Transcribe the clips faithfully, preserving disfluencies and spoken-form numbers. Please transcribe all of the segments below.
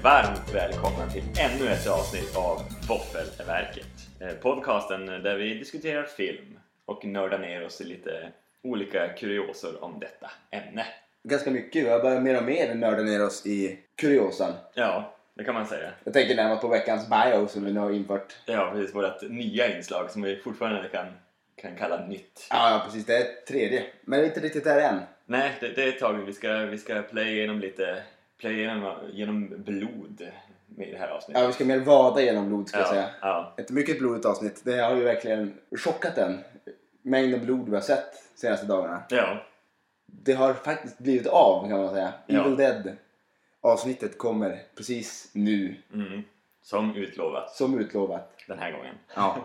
varmt välkomna till ännu ett avsnitt av Våffelverket. Podcasten där vi diskuterar film och nördar ner oss i lite olika kuriosor om detta ämne. Ganska mycket, vi har börjat mer och mer nörda ner oss i kuriosan. Ja, det kan man säga. Jag tänker närmast på veckans bio som vi nu har infört. Ja, precis, vårt nya inslag som vi fortfarande kan, kan kalla nytt. Ja, precis, det är tredje. Men det är inte riktigt där än. Nej, det, det är ett tag vi ska, vi ska playa igenom lite, playa igenom, genom blod med det här avsnittet. Ja, vi ska mer vada genom blod ska ja, jag säga. Ja. Ett mycket blodigt avsnitt. Det har ju verkligen chockat den mängden blod vi har sett de senaste dagarna. Ja. Det har faktiskt blivit av kan man säga. Ja. Evil Dead avsnittet kommer precis nu. Mm. Som utlovat. Som utlovat. Den här gången. Ja.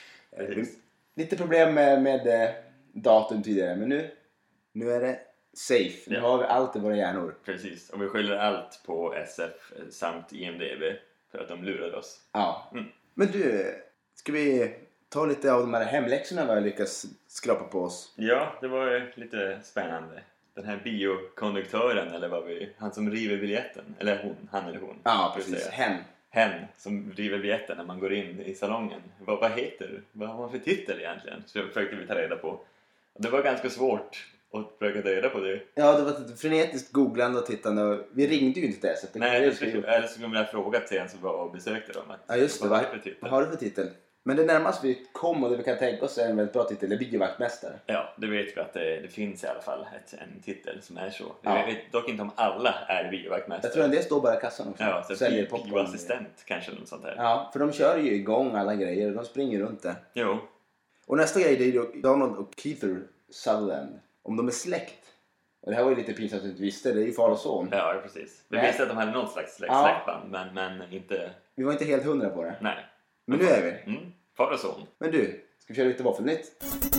Lite problem med, med datum tidigare. Men nu, nu är det safe. Nu ja. har vi allt i våra hjärnor. Precis. Och vi skyller allt på S F samt I M D B. För att de lurade oss. Ja. Mm. Men du, ska vi ta lite av de här hemläxorna vi har lyckats skrapa på oss? Ja, det var ju lite spännande. Den här biokonduktören, eller vad vi, han som river biljetten. Eller hon, han eller hon. Ja, precis. Hen. Hen som river biljetten när man går in i salongen. Vad, vad heter det? Vad har man för titel egentligen? Så försökte vi ta reda på. Och det var ganska svårt att försöka ta reda på det. Ja, det var ett frenetiskt googlande och tittande. Och vi ringde ju inte till det. Nej, jag skulle, eller skulle vilja fråga till en som var och besökte dem. Att, ja, just det. Vad, vad, har för vad har du för titel? Men det närmaste vi kom och det vi kan tänka oss är en väldigt bra titel. Det är biovaktmästare. Ja, det vet vi att det, det finns i alla fall ett, en titel som är så. Ja. Jag vet dock inte om alla är biovaktmästare. Jag tror att det står bara i kassan också. Ja, så säljer bio, bioassistent kanske något sånt här. Ja, för de kör ju igång alla grejer. De springer runt det. Jo. Och nästa grej det är ju Donald och Keith Sutherland. Om de är släkt. Och det här var ju lite pinsamt att inte visste. Det är ju far och son. Ja, precis. Vi Nej. visste att de hade något slags släkt, Ja. släktband, men, men inte... Vi var inte helt hundra på det. Nej. Men nu är vi. Mm, far och son. Men du, ska vi köra lite våffelnytt?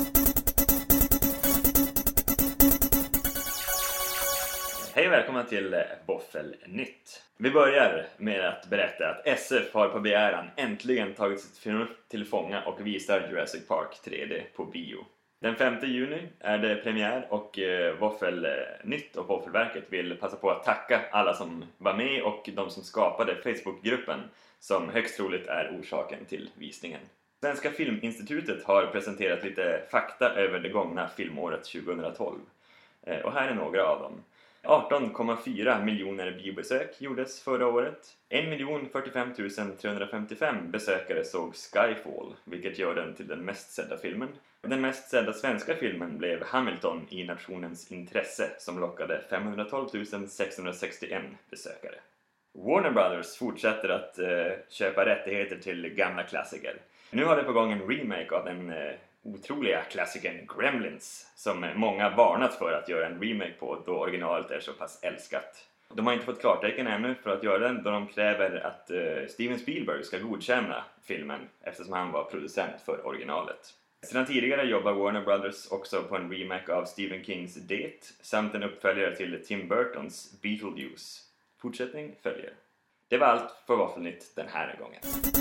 Hej och välkomna till Våffelnytt. Vi börjar med att berätta att S F har på begäran äntligen tagit sitt förnuft till fånga och visar Jurassic Park tre D på bio. Den femte juni är det premiär och eh, Våffelnytt och Våffelverket vill passa på att tacka alla som var med och de som skapade Facebookgruppen som högst troligt är orsaken till visningen. Svenska Filminstitutet har presenterat lite fakta över det gångna filmåret tjugohundratolv. Eh, och här är några av dem. arton komma fyra miljoner biobesök gjordes förra året. en miljon fyrtiofem tusen trehundrafemtiofem besökare såg Skyfall, vilket gör den till den mest sedda filmen. Den mest sedda svenska filmen blev Hamilton i nationens intresse som lockade femhundratolv tusen sexhundrasextioen besökare. Warner Brothers fortsätter att eh, köpa rättigheter till gamla klassiker. Nu har det på gång en remake av den eh, otroliga klassikern Gremlins som många varnat för att göra en remake på då originalet är så pass älskat. De har inte fått klartecken ännu för att göra den då de kräver att uh, Steven Spielberg ska godkänna filmen eftersom han var producent för originalet. Sedan tidigare jobbar Warner Brothers också på en remake av Stephen Kings Det samt en uppföljare till Tim Burtons Beetlejuice. Fortsättning följer. Det var allt för Våffelnytt den här gången.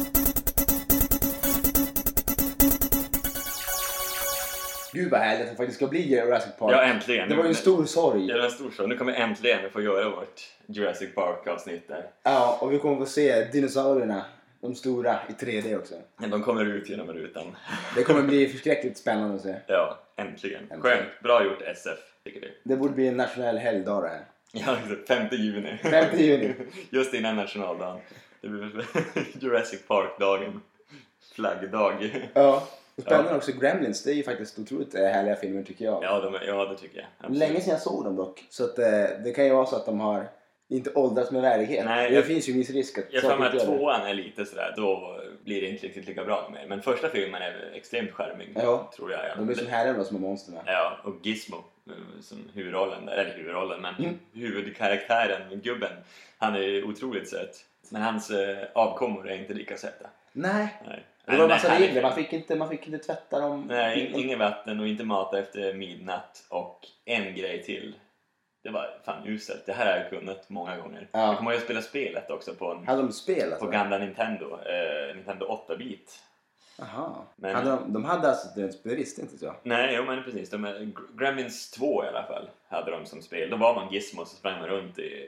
Gud vad härligt att det faktiskt ska bli Jurassic Park. Ja, äntligen. Det var ju en stor sorg. Ja, det var en stor sorg. Nu kommer äntligen få göra vårt Jurassic Park-avsnitt där. Ja, och vi kommer få se dinosaurierna, de stora, i tre D också. De kommer ut genom rutan. Det kommer bli förskräckligt spännande att se. Ja, äntligen. äntligen. Skönt. Bra gjort S F, tycker du. Det borde bli en nationell helgdag det här. Ja, femte juni. femte juni. Just innan nationaldagen. Det blir Jurassic Park-dagen. Flaggdag. Ja. Och spännande Ja. också, Gremlins, det är ju faktiskt otroligt härliga filmer tycker jag. Ja, de är, ja det tycker jag. Absolut. Länge sedan jag såg dem dock. Så att, eh, det kan ju vara så att de har inte åldrats med värdighet. Nej, det jag, finns ju en viss risk att jag saker tror att inte gör det. tvåan är lite sådär, då blir det inte riktigt lika bra med. Men första filmen är extremt charmig, Ja. tror jag. Ja. De är som härliga de små monsterna. Ja, och Gizmo som huvudrollen, där, eller huvudrollen, men Mm. huvudkaraktären, gubben, han är ju otroligt söt. Men hans eh, avkommor är inte lika söta. Nej. Nej. Det var en massa Nej, regler, man fick, inte, man fick inte tvätta dem. Nej, in, inget vatten och inte mat efter midnatt. Och en grej till. Det var fan uselt. Det här har jag kunnat många gånger. Ja. Jag kommer ihåg att spela spelet också på, en, Hade de spelat? på gamla Nintendo. Eh, Nintendo åtta-bit. Jaha. Men- Hade de, de hade alltså det spel, visste inte så. Nej, jo, men precis. De är, Gremlins två i alla fall hade de som spel. Då var man Gizmo så sprang man runt i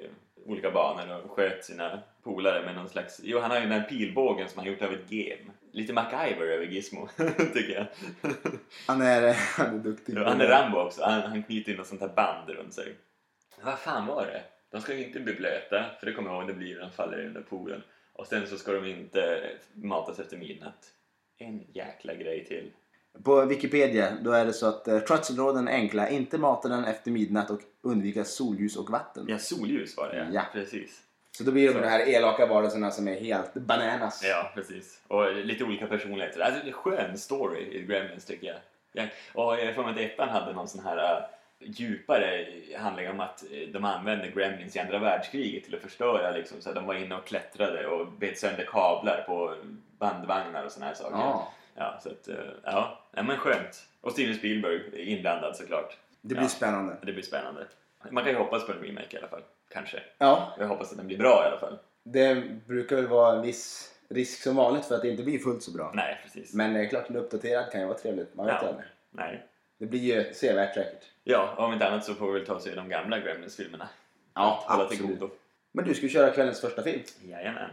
olika banor och sköt sina polare med någon slags... Jo, han har ju den här pilbågen som han gjort av ett gem. Lite MacGyver över Gizmo, tycker jag. Han är, han är duktig. Ja, han är Rambo också. Han, han knyter in något sånt här band runt sig. Men vad fan var det? De ska ju inte bli blöta, för det kommer jag ihåg det blir när de faller i den där poolen. Och sen så ska de inte matas efter midnatt. En jäkla grej till. På Wikipedia då är det så att uh, skötselråden är enkla. Inte mata den efter midnatt och undvika solljus och vatten. Ja, solljus var det, ja. Ja. Precis. Så då blir det Så. de här elaka varelserna som är helt bananas. Ja, precis. Och lite olika personligheter. Alltså, det är en skön story i Gremlins, tycker jag. Ja. Och jag får med att ettan hade någon sån här uh, djupare handling om att de använde Gremlins i andra världskriget till att förstöra. Liksom. Så de var inne och klättrade och bet sönder kablar på bandvagnar och såna här saker. Ja. Ja, så att, uh, ja, ja, men skönt. Och Steven Spielberg är inblandad såklart. Det blir ja. spännande. Det blir spännande. Man kan ju hoppas på en remake i alla fall. Kanske. Ja. Jag hoppas att den blir bra i alla fall. Det brukar väl vara en viss risk som vanligt för att det inte blir fullt så bra. Nej, precis. Men det är klart en uppdaterad kan ju vara trevligt. Man vet Ja. aldrig. Nej. Det blir ju sevärt säkert. Ja, om inte annat så får vi väl ta oss i de gamla Gremlins-filmerna. Ja, Hålla till absolut. godo. Men du ska köra kvällens första film. Jajamän.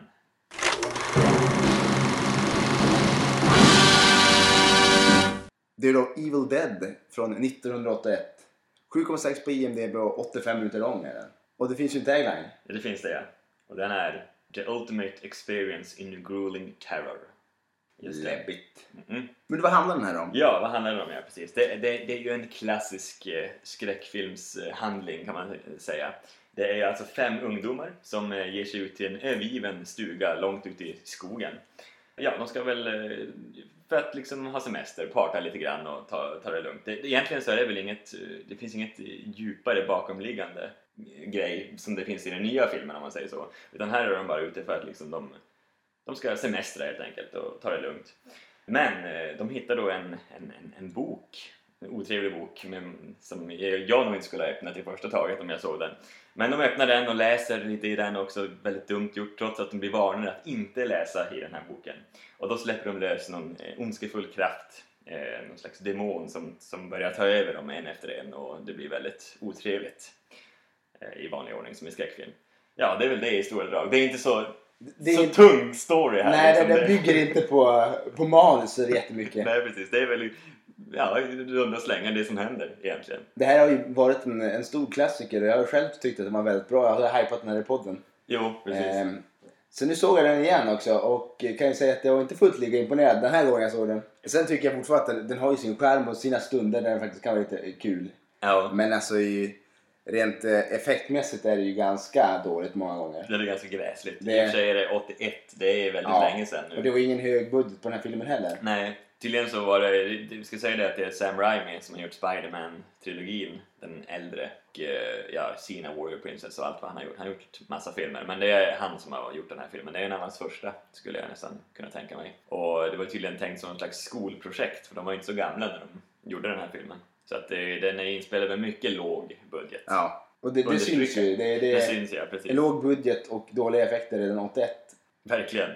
Det är då Evil Dead från nittonhundraåttioett. sju komma sex på I M D B och åttiofem minuter lång är den. Och det finns ju en tagline. Ja, det finns det, ja. Och den är The Ultimate Experience in Grueling Terror. Just det. Läbbigt. Mm. Men vad handlar den här om? Ja, vad handlar det om? Ja, precis. Det, det, det är ju en klassisk eh, skräckfilmshandling, kan man säga. Det är alltså fem ungdomar som eh, ger sig ut till en övergiven stuga långt ute i skogen. Ja, de ska väl eh, för att liksom ha semester, parta lite grann och ta, ta det lugnt. Det, egentligen så är det väl inget, det finns inget djupare bakomliggande grej som det finns i den nya filmen, om man säger så. Utan här är de bara ute för att liksom de, de ska semestra helt enkelt och ta det lugnt. Men eh, de hittar då en, en, en, en bok, en otrevlig bok med, som jag nog inte skulle ha öppnat i första taget om jag såg den. Men de öppnar den och läser lite i den också, väldigt dumt gjort, trots att de blir varnade att inte läsa i den här boken. Och då släpper de lös någon eh, ondskefull kraft, eh, någon slags demon som, som börjar ta över dem en efter en, och det blir väldigt otrevligt eh, i vanlig ordning som i skräckfilm. Ja, det är väl det i stora drag. Det är inte så, det är så inte... tung story här. Nej, liksom. det, det bygger inte på, på manus så jättemycket. Nej, precis. Det är väl, ja, runda slängar det som händer egentligen. Det här har ju varit en, en stor klassiker och jag har själv tyckt att den var väldigt bra. Jag har hypat den här i podden. Jo, precis. Ehm, så nu såg jag den igen också och kan ju säga att jag var inte fullt lika imponerad den här gången jag såg den. Sen tycker jag fortfarande att den, den har ju sin skärm och sina stunder där den faktiskt kan vara lite kul. Ja. Men alltså i, rent eh, effektmässigt är det ju ganska dåligt många gånger. Det är ganska gräsligt. Det... I och för sig är det åttioett, det är väldigt Ja. länge sedan nu. Och det var ingen hög budget på den här filmen heller. Nej, tydligen så var det, vi ska säga det att det är Sam Raimi som har gjort Spider-Man-trilogin, den äldre, och ja, Xena Warrior Princess och allt vad han har gjort. Han har gjort massa filmer, men det är han som har gjort den här filmen. Det är en av hans första, skulle jag nästan kunna tänka mig. Och det var tydligen tänkt som en slags skolprojekt, för de var inte så gamla när de gjorde den här filmen. Så att det, den är inspelad med mycket låg budget. Ja, och det, det syns ju. Det, det, det syns, ja, precis. En låg budget och dåliga effekter redan åttioett. Verkligen.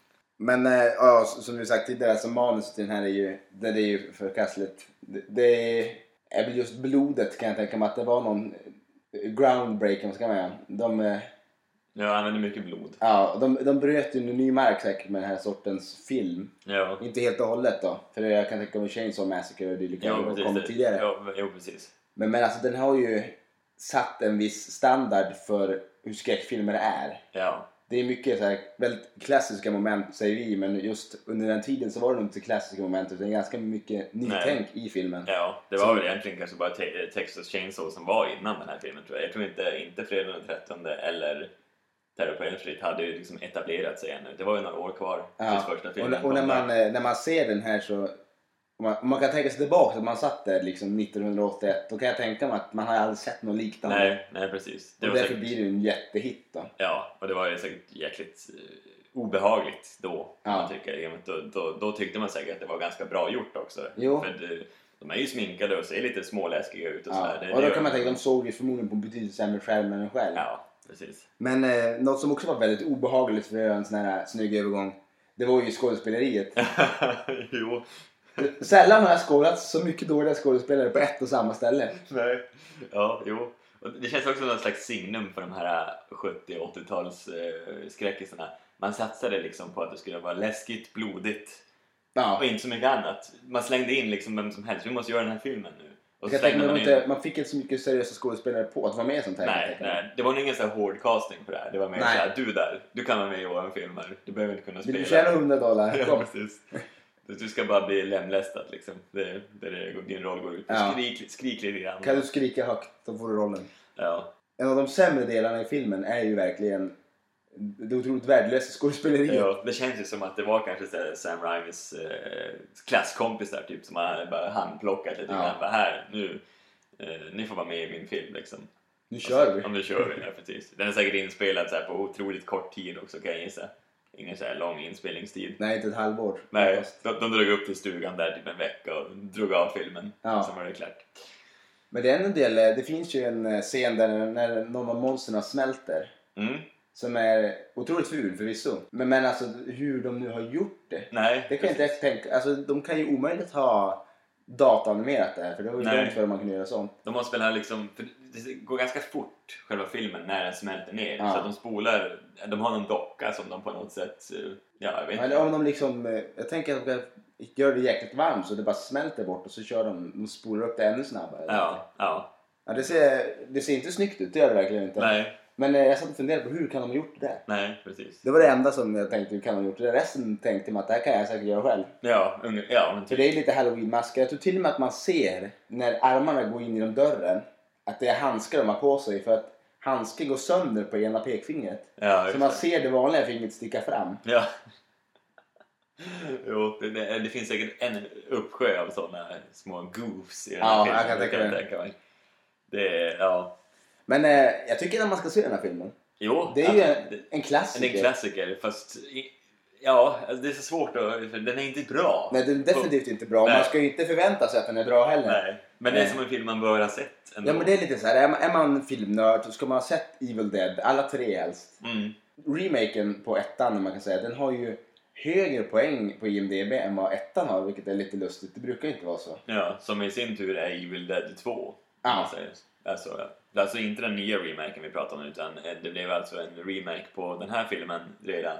Men äh, ja, som vi sagt tidigare, så manuset till den här är ju, det är ju förkastligt. Det, det är väl just blodet, kan jag tänka mig, att det var någon groundbreaker, vad ska man säga. De, äh, jag använder mycket blod. ja, de, de bröt ju ny mark säkert med den här sortens film. Ja. Inte helt och hållet då, för jag kan tänka mig Chainsaw Massacre och det jo, kom tidigare. Ja, jo, precis. Men, men alltså den har ju satt en viss standard för hur skräckfilmer är. Ja. Det är mycket så här, väldigt klassiska moment säger vi, men just under den tiden så var det nog inte klassiska moment utan ganska mycket nytänk i filmen. Ja, det var så... väl egentligen kanske bara te- Texas Chainsaw som var innan den här filmen, tror jag. Jag tror inte, inte Fredag den trettonde eller Terror på Elm Street hade ju liksom etablerat sig ännu. Det var ju några år kvar ja. tills första filmen. Och, och när, man, när man ser den här så om man, om man kan tänka sig tillbaka att man satt där liksom nittonhundraåttioett, då kan jag tänka mig att man har aldrig sett något liknande. Nej, nej precis. Det och därför säkert... blir det en jättehit då. Ja, och det var ju säkert jäkligt uh, obehagligt då, ja. man tycker. Då, då, då tyckte man säkert att det var ganska bra gjort också. Jo. För det, de är ju sminkade och ser lite småläskiga ut och ja. sådär. Det, och då det kan man tänka att de såg ju förmodligen på betydligt sämre skärm än en själv. Ja, precis. Men eh, något som också var väldigt obehagligt för att göra en sån här snygg övergång, det var ju skådespeleriet. Jo. Sällan har jag skådat så mycket dåliga skådespelare på ett och samma ställe. Nej, ja, jo. Och det känns också som någon slags signum för de här sjuttio- och åttio-tals eh, skräckisarna. Man satsade liksom på att det skulle vara läskigt, blodigt Ja. och inte så mycket annat. Man slängde in liksom vem som helst. Vi måste göra den här filmen nu. Och så Jag tänkte, slängde man, man inte, in... man fick inte så mycket seriösa skådespelare på att vara med i sånt här. Nej, nej, det var nog ingen så här hård casting på det här. Det var mer Nej. såhär, du där, du kan vara med i vår film här. Du behöver inte kunna Vill spela. du tjäna hundra dollar? Ja, Kom. precis. Du ska bara bli lemlästad liksom. Det, det är det din roll går ut på. Ja. Skrik, skrik lite grann. Kan du skrika högt, då får du rollen. Ja. En av de sämre delarna i filmen är ju verkligen det otroligt värdelösa skådespeleriet. Ja, det känns ju som att det var kanske så här Sam Raimis eh, klasskompis där typ som han bara handplockat lite Ja. grann. Bara här, nu, eh, ni får vara med i min film liksom. Nu kör vi. Om nu kör vi, ja precis. Den är säkert inspelad så här på otroligt kort tid också kan jag gissa. Ingen så här lång inspelningstid. Nej, inte ett halvår. Nej, Fast. de, de drog upp till stugan där typ en vecka och drog av filmen. Ja. Och sen var det klart. Men det är en del, det finns ju en scen där när någon av monsterna smälter. Mm. Som är otroligt ful förvisso. Men, men alltså hur de nu har gjort det. Nej, Det kan jag inte tänka. Alltså de kan ju omöjligt ha dataanimerat det här. För det var ju Nej. långt före man kunde göra sånt. De måste väl ha liksom, för det går ganska fort själva filmen när den smälter ner. Ja. Så att de spolar, de har en docka som de på något sätt, ja jag vet inte. Eller om de liksom, eh, jag tänker att de kan göra det jäkligt varmt så det bara smälter bort och så kör de, de spolar upp det ännu snabbare. Ja, ja. Ja, det, ser, det ser inte snyggt ut, det gör det verkligen inte. Nej, Men eh, jag satt och funderade på hur kan de ha gjort det där? nej, precis. Det var det enda som jag tänkte, hur kan de ha gjort det? Resten tänkte man att det här kan jag säkert göra själv. Ja, unge, ja men För typ. det är lite Halloween-masker. Jag tror till och med att man ser när armarna går in genom dörren att det är handskar de har på sig för att handsken går sönder på ena pekfingret. Ja, Så just man det. ser det vanliga fingret sticka fram. Ja. Jo, det, det, det finns säkert en uppsjö av sådana små goofs i den här Ja, filmen. jag kan det tänka jag mig. tänka mig. Det är, ja. Men eh, jag tycker att man ska se den här filmen. Jo, Det är ju alltså, en, det, en det är klassiker. en klassiker, fast i, ja, alltså, det är så svårt att, för den är inte bra. Nej, den är definitivt inte bra. Nej. Man ska ju inte förvänta sig att den är bra heller. Nej, men det är Nej. som en film man bör ha sett ändå. Ja, men det är lite så här. Är man, är man filmnörd så ska man ha sett Evil Dead, alla tre helst. Mm. Remaken på ettan, man kan säga, den har ju högre poäng på I M D B än vad ettan har, vilket är lite lustigt. Det brukar inte vara så. Ja, som i sin tur är Evil Dead två. Ja. om man säger. Alltså, ja. Det är alltså inte den nya remaken vi pratar om, utan det blev alltså en remake på den här filmen redan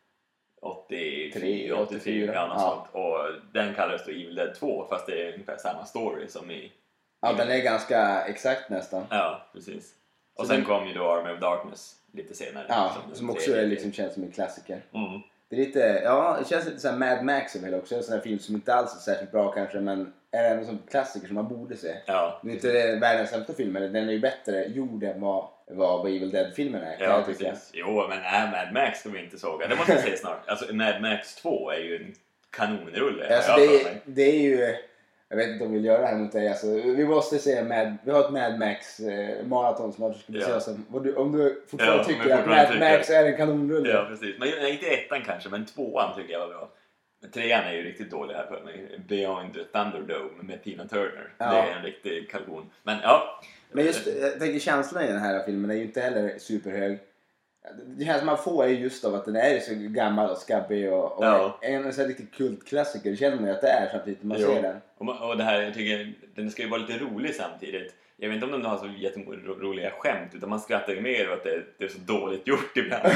åttiotre, åttiofyra, ja, något ja. sånt. Och den kallades då Evil Dead två, fast det är ungefär samma story som i... Ja, den är ganska exakt nästan. Ja, precis. Och Så sen den- kom ju då Army of Darkness lite senare. Ja, den som också tredje. är, liksom, känns som en klassiker. Mm. Det är lite, ja, det känns lite så här Mad Max över det också. En sån här film som inte alls är särskilt bra kanske, men är ändå som klassiker som man borde se. Ja, Det är inte det världens sämsta film, men den är ju bättre gjord än vad, vad Evil Dead-filmen är. kan ja jag tycka. precis. Jo, men äh, Mad Max ska vi inte såga. Det måste jag säga snart. Alltså, Mad Max två är ju en kanonrulle. Alltså, har det, jag för är, mig. det är ju, jag vet inte om vi vill göra det här mot dig. Alltså, vi måste se Mad, vi har ett Mad Max eh, maraton som jag skulle Ja. säga sen. Vad du, om du fortfarande Ja, om jag tycker att fortfarande Mad tycker. Max är en kanonrulle. Ja, precis. Men nej, inte ettan kanske, men tvåan tycker jag var bra. Men trean är ju riktigt dålig här för mig. Beyond the Thunderdome med Tina Turner. Ja. Det är en riktig kalkon. Men ja. Men just, jag tänker känslan i den här filmen är ju inte heller superhög. Det här som man får är just av att den är så gammal och skabbig och, och Ja. en sån här riktig kultklassiker. Det känner man ju att det är samtidigt när man Jo. ser den. Och, man- och det här, jag tycker, den ska ju vara lite rolig samtidigt. Jag vet inte om den har så jätteroliga skämt, utan man skrattar ju mer åt att det, det är så dåligt gjort ibland.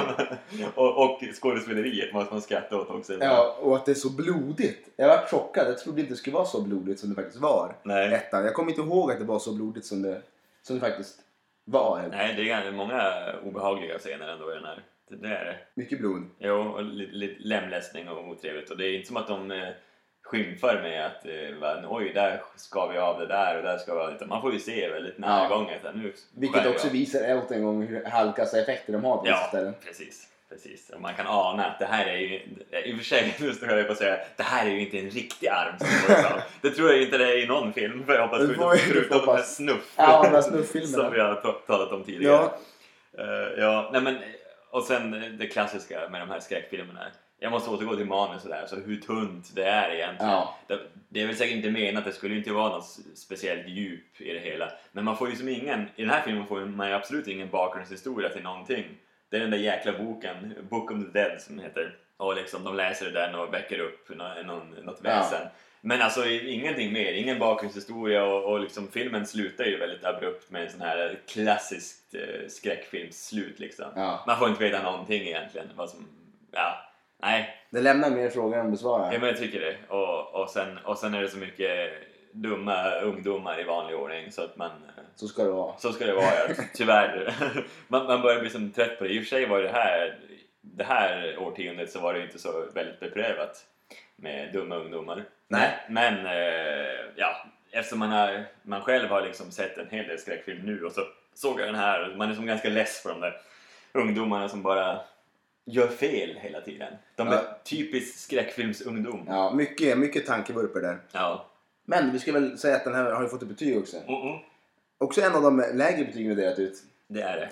och, och skådespeleriet måste man skratta åt också. Ja, och att det är så blodigt. Jag var chockad. Jag trodde inte det skulle vara så blodigt som det faktiskt var. Nej. Ettan. Jag kommer inte ihåg att det var så blodigt som det, som det faktiskt var. Nej, det är ganska många obehagliga scener ändå i den här. Det, det är det. Mycket blod. Jo, och lite, lite lämläsning och otrevligt. Och det är inte som att de eh, skymfar med att eh, va, oj, där ska vi av det där och där ska vi av det. Utan man får ju se väldigt närgånget. Ja. Nu Vilket skär vi också av. visar Elton en gång hur halkassa effekter de har på vissa Ja, ställen. precis. Precis. Och man kan ana att det här är ju, i och för sig, nu står jag på att säga, det här är ju inte en riktig arm som går av. Det tror jag inte det är i någon film, för jag hoppas Det får förutom, vi- förutom de här hoppas. snuff Ja, de här snufffilmerna. som vi har ta- talat om tidigare. Ja, Uh, ja, nej men, och sen det klassiska med de här skräckfilmerna. Jag måste återgå till manus och där, så hur tunt det är egentligen. Ja. Det, det är väl säkert inte menat, det skulle inte vara något speciellt djup i det hela. Men man får ju som ingen, i den här filmen får man ju absolut ingen bakgrundshistoria till någonting. Det är den där jäkla boken, Book of the Dead som heter. Och liksom de läser det där och väcker upp någon, någon, något Ja. väsen. Men alltså ingenting mer, ingen bakgrundshistoria och, och liksom filmen slutar ju väldigt abrupt med en sån här klassiskt eh, skräckfilmsslut liksom. Ja. Man får inte veta någonting egentligen. Vad som, ja, nej. Det lämnar mer frågor än besvarar. Ja, men jag tycker det. Och, och, sen, och sen är det så mycket dumma ungdomar i vanlig ordning så att man... Så ska det vara. Så ska det vara, ja. Tyvärr. man, man börjar bli som trött på det. I och för sig var det här, det här årtiondet så var det inte så väldigt beprövat med dumma ungdomar. Nej. Men, eh, ja, eftersom man, har, man själv har liksom sett en hel del skräckfilm nu och så såg jag den här, man är som ganska less på de där ungdomarna som bara gör fel hela tiden. De är Ja. typiskt skräckfilmsungdom. Ja, mycket, mycket tankevurper där. Ja. Men vi ska väl säga att den här har ju fått ett betyg också. Mm-mm. Också en av de lägre betygen vi delat ut. Det är det.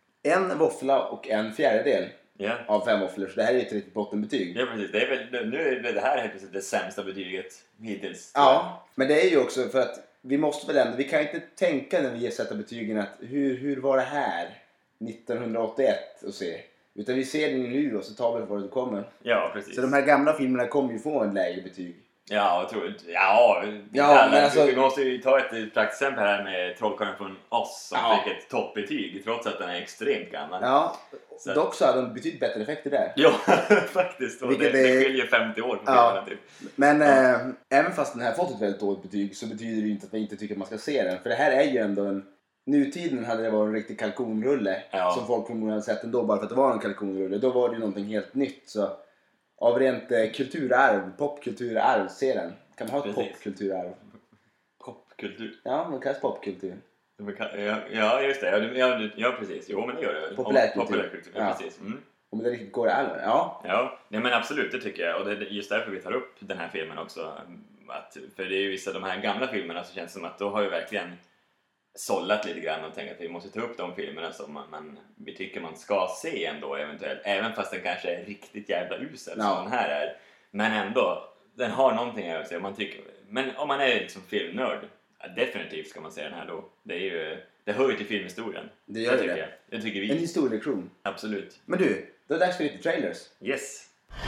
En våffla och en fjärdedel Ja. av fem våfflor. Så det här är ett riktigt bottenbetyg. Ja, precis. Det är väl, nu är det här helt plötsligt det sämsta betyget hittills. Ja, men det är ju också för att vi måste väl ändå, vi kan inte tänka när vi sätter betygen att hur, hur var det här nittonhundraåttioett och se. Utan vi ser den nu och så tar vi vad det kommer. Ja, precis. Så de här gamla filmerna kommer ju få en lägre betyg. Ja, jag tror ja, Ja, men alltså- vi måste ju ta ett praktexempel här med Trollkarlen från Oz som Ja. fick ett toppbetyg trots att den är extremt gammal. Ja, Så- dock så hade de betydligt bättre effekter där. Ja, faktiskt. Och det, Vilket det är- skiljer femtio år på Ja. filmerna typ. Men Ja. eh, även fast den här fått ett väldigt dåligt betyg så betyder det ju inte att vi inte tycker att man ska se den. För det här är ju ändå en... Nutiden hade det varit en riktig kalkonrulle Ja. som folk förmodligen hade sett ändå bara för att det var en kalkonrulle. Då var det ju någonting helt nytt. Så av rent eh, kulturarv, popkulturarv, se den. Kan man ha ett Precis. popkulturarv? Popkultur. Ja, man kallas popkultur. Ja, ja, just det. Ja, du- ja, du- ja, precis. Jo, men det gör det väl. Populärkultur. Populärkultur, ja, Ja. precis. Mm. Om det riktigt går i allvar. Ja, Ja, nej, men absolut, det tycker jag. Och det är just därför vi tar upp den här filmen också. Att, för det är ju vissa av de här gamla filmerna så känns det som att då har vi verkligen sållat lite grann och tänkt att vi måste ta upp de filmerna som man, man, vi tycker man ska se ändå eventuellt. Även fast den kanske är riktigt jävla usel Ja. som den här är. Men ändå, den har någonting här också. Man tycker, men om man är liksom filmnörd, ja, definitivt ska man se den här då. Det är ju, det hör ju till filmhistorien. det gör ju tycker det. jag. Det tycker En vi. historielektion. Absolut. Men du, då är det dags för lite trailers. Yes.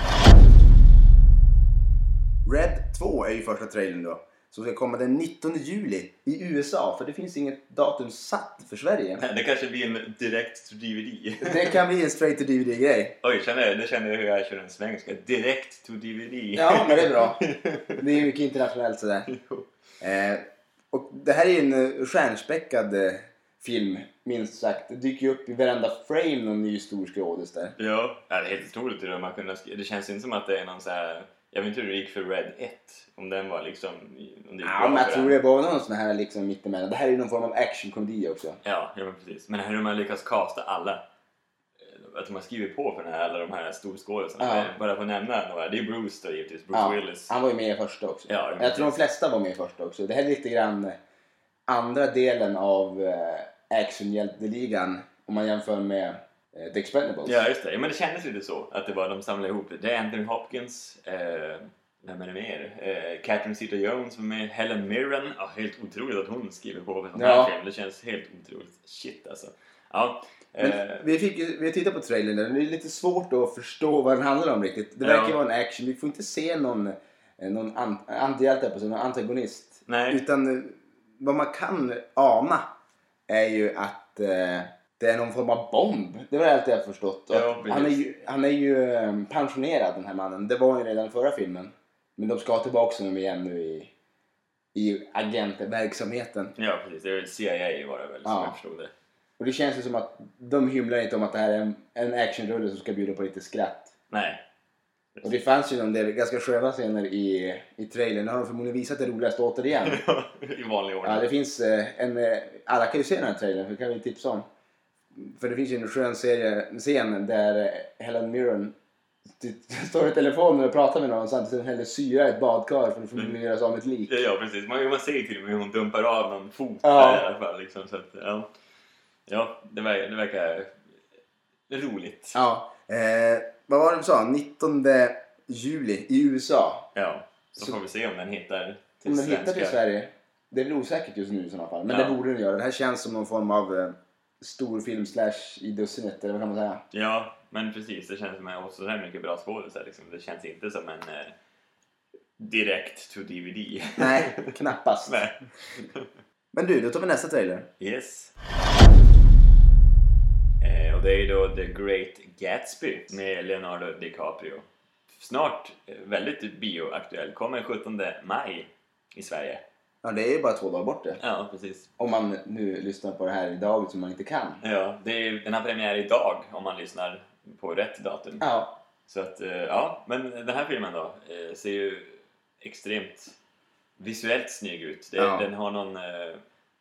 Red två är ju första trailern då. Som ska komma den nittonde juli i U S A. För det finns inget datum satt för Sverige. Det kanske blir en direkt to D V D. Det kan bli en straight to D V D-grej. Oj, känner jag, det känner jag hur jag kör en svenska. Direkt to D V D. Ja, men det är bra. Det är mycket internationellt sådär. Eh, och det här är ju en eh, stjärnspäckad eh, film, minst sagt. Det dyker ju upp i varenda frame någon ny stor skådis där. Ja, det är helt otroligt hur de har kunnat skriva. Det känns inte som att det är någon så här. Jag vet inte hur det gick för Red ett. Om den var liksom... Om det gick Ja, bra men jag för tror den. det är bara någon sån här liksom mittemellan. Det här är ju någon form av actionkomedi också. Ja, ja men precis. Men hur de har lyckats casta alla. Att de har skrivit på för den här, alla de här storskådisarna. Ja. Bara för att nämna några. Det är Bruce då givetvis. Bruce Ja, Willis. han var ju med i första också. Ja, jag precis. tror de flesta var med i första också. Det här är lite grann eh, andra delen av eh, actionhjälteligan om man jämför med eh, The Expendables. Ja, just det. Ja, men det kändes lite så. Att det var de samlade ihop det. Det är Anthony Hopkins. Eh, vem är det mer? Eh, Catherine Zeta-Jones var med. Helen Mirren. Ja, helt otroligt att hon skriver på för en sån här Ja. film. Det känns helt otroligt. Shit alltså. Ja. Men Eh, vi, fick, ju- vi har tittat på trailern där. Det är lite svårt att förstå vad den handlar om riktigt. Det Ja. verkar vara en action. Vi får inte se någon, eh, någon an, antihjälte på sig, någon antagonist. nej. Utan eh, vad man kan ana är ju att eh, det är någon form av bomb. Det var allt jag har förstått. Och Ja, precis. han är ju, han är ju eh, pensionerad, den här mannen. Det var ju redan förra filmen. Men de ska ha tillbaka honom igen nu i, i agentverksamheten. Ja, precis. Det är väl C I A var det väl som Ja. jag förstod det. Och det känns ju som att de hymlar inte om att det här är en, en actionrulle som ska bjuda på lite skratt. Nej. Och det fanns ju någon del ganska sköna scener i, i trailern. Nu har de förmodligen visat det roligaste återigen. I vanlig ordning. Ja, det finns eh, en... Eh, alla kan ju se den här trailern, det kan vi tipsa om. För det finns ju en skön serie, en scen där eh, Helen Mirren t- står i telefonen och pratar med någon samtidigt som hon häller syra i ett badkar för att förmodligen göra sig av med ett lik. Ja, ja, precis. Man, man ser ju till och med hur hon dumpar av någon fot Ja. där i alla fall. Liksom, så att, ja. Ja, det verkar, det verkar roligt. Ja. Eh, vad var det du sa? nittonde juli i U S A. Ja, så, Så- får vi se om den hittar till Om den svenska. hittar till Sverige. Det är väl osäkert just nu i sådana fall. Men Ja. det borde den göra. Det här känns som någon form av eh, stor film slash i dussinet. Eller vad kan man säga? Ja, men precis. Det känns som att jag har så här mycket bra skådisar. Liksom. Det känns inte som en... Eh, direkt to D V D. Nej, knappast. Nej. Men du, då tar vi nästa trailer. Yes. Eh, och det är ju då The Great Gatsby med Leonardo DiCaprio. Snart eh, väldigt bioaktuell. Kommer sjuttonde maj i Sverige. Ja, det är ju bara två dagar bort det. Ja, precis. Om man nu lyssnar på det här idag som man inte kan. Ja, det är, den har premiär idag om man lyssnar på rätt datum. Ja. Så att, eh, ja, men den här filmen då eh, ser ju extremt visuellt snygg ut. Det, Ja. Den har någon eh,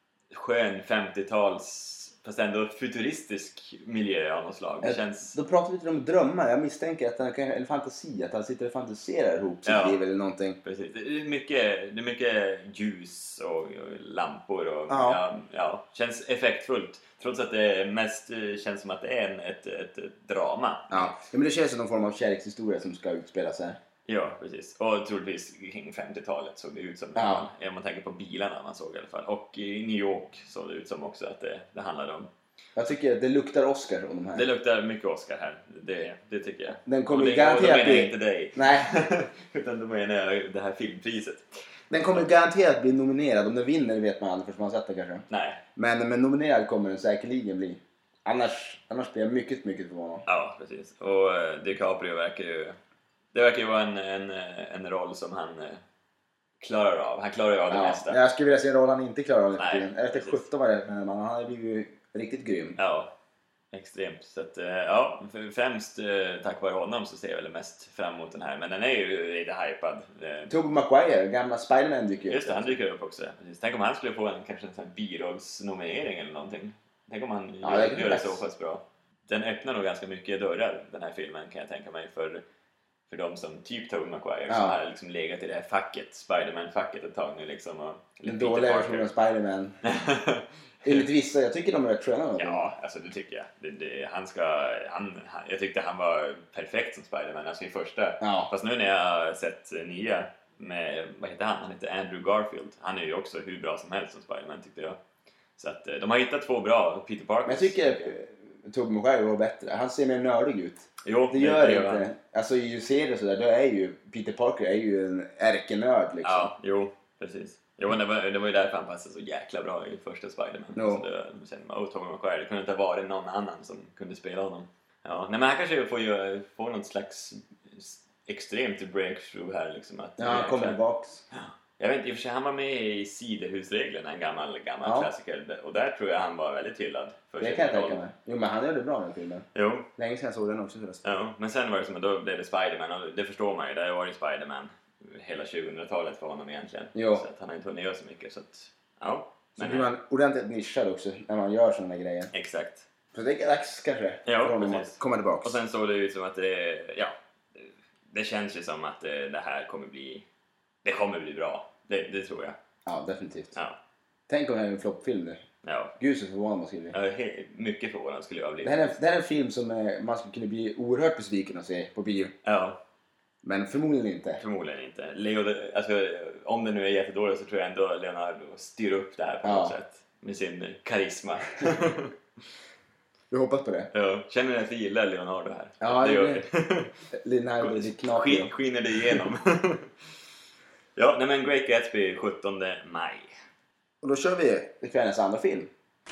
skön femtio-tals, fast ändå futuristisk miljö av något slag. Det Eh, känns... Då pratar vi lite om drömmar. Jag misstänker att han kan, eller fantasi, att han sitter och fantiserar ihop sitt Ja. liv eller någonting. Precis. Det är mycket, det är mycket ljus och, och lampor och Ja. ja, ja, känns effektfullt. Trots att det mest eh, känns som att det är en, ett, ett, ett drama. Ja. Ja, men det känns som någon form av kärlekshistoria som ska utspelas här. Ja, precis. Och troligtvis kring femtiotalet såg det ut som. Ja. Om man tänker på bilarna man såg i alla fall. Och i New York såg det ut som också att det, det handlade om. Jag tycker att det luktar Oscar om de här. Det luktar mycket Oscar här. Det, det tycker jag. Den kommer och ju det, garanterat och då menar jag bli... inte dig. Nej. Utan då menar jag det här filmpriset. Den kommer garanterat bli nominerad. Om den vinner vet man aldrig, för man har sett det kanske. Nej. Men, men nominerad kommer den säkerligen bli. Annars, annars blir jag mycket, mycket förvånad. Ja, precis. Och eh, DiCaprio verkar ju... Det verkar ju vara en, en, en roll som han eh, klarar av. Han klarar ju av det Ja, mesta. jag skulle vilja se en roll han inte klarar av nu för Nej, tiden. Efter precis. sjutton var det, men han hade blivit riktigt grym. Ja, extremt. Så att, eh, ja, för- främst eh, tack vare honom så ser jag väl mest fram emot den här. Men den är ju lite hypad. Eh, Tobey Maguire, gamla Spider-Man, dyker upp. Just det, han dyker upp också. Precis. Tänk om han skulle få en kanske en sån här birollsnominering eller någonting. Tänk om han Ja, det gör, kan gör det bli så nice. pass bra. Den öppnar nog ganska mycket dörrar, den här filmen, kan jag tänka mig, för, för de som typ Tobey Maguire Ja. som har liksom legat i det här facket, Spider-Man-facket ett tag nu liksom. Och, Den Peter dåliga Parker. versionen av Spider-Man. Enligt vissa, jag tycker de är rätt sköna. Ja, alltså det tycker jag. Det, det, han ska, han, han, jag tyckte han var perfekt som Spider-Man, alltså i första. Ja. Fast nu när jag har sett nya med, vad heter han? Han heter Andrew Garfield. Han är ju också hur bra som helst som Spider-Man tyckte jag. Så att eh, de har hittat två bra Peter Parker. Men jag tycker eh, Tobey Maguire var bättre. Han ser mer nördig ut. Jo, Det gör det inte. han. Alltså i serier sådär, då är ju Peter Parker är ju en ärkenörd liksom. Ja, jo, precis. Jo, men det var, det var ju därför han passade så jäkla bra i första Spider-Man. Jo. Så det, då kände man, oh, Tobey Maguire, det kunde inte ha varit någon annan som kunde spela honom. Ja, nej, men han kanske får, ju, får något slags extremt breakthrough här liksom. Att Ja, han kommer tillbaks. Jag vet inte, i och för sig, han var med i Siderhusreglerna, en gammal, gammal Ja. klassiker. Och där tror jag han var väldigt hyllad. För Det sin kan jag roll. tänka mig. Jo, men han gör det bra den filmen. Jo, Länge sedan jag såg den också förresten. ja. Men sen var det som att då blev det Spider-Man. Och det förstår man ju, det var ju Spider-Man hela tjugohundratalet för honom egentligen. Jo. Så att han har inte hunnit göra så mycket. Så att, ja. Så Men, blir man ordentligt nischad också när man gör sådana grejer. exakt. Så det är dags kanske Ja, för honom precis. att komma tillbaks. Och sen såg det ut som att det, ja, det känns ju som att det, det här kommer bli, det kommer bli bra. Det, det tror jag. Ja, definitivt. Ja, Tänk om det här är en floppfilm nu. ja. Gud så förvånad man skulle bli. Jag är he- mycket förvånad skulle jag bli. Det här, är, det här är en film som eh, man skulle kunna bli oerhört besviken att se på bio. Ja, Men förmodligen inte. förmodligen inte. Leo, alltså, om det nu är jättedåligt så tror jag ändå Leonardo styr upp det här på Ja. något sätt. Med sin karisma. Du hoppas på det? Ja, känner ni att vi gillar Leonardo här? Ja, det det gör blir- vi. Leonardo Skin, DiCaprio. skiner det igenom. Ja, nej men Great Gatsby sjuttonde maj. Och då kör vi kvällens andra film.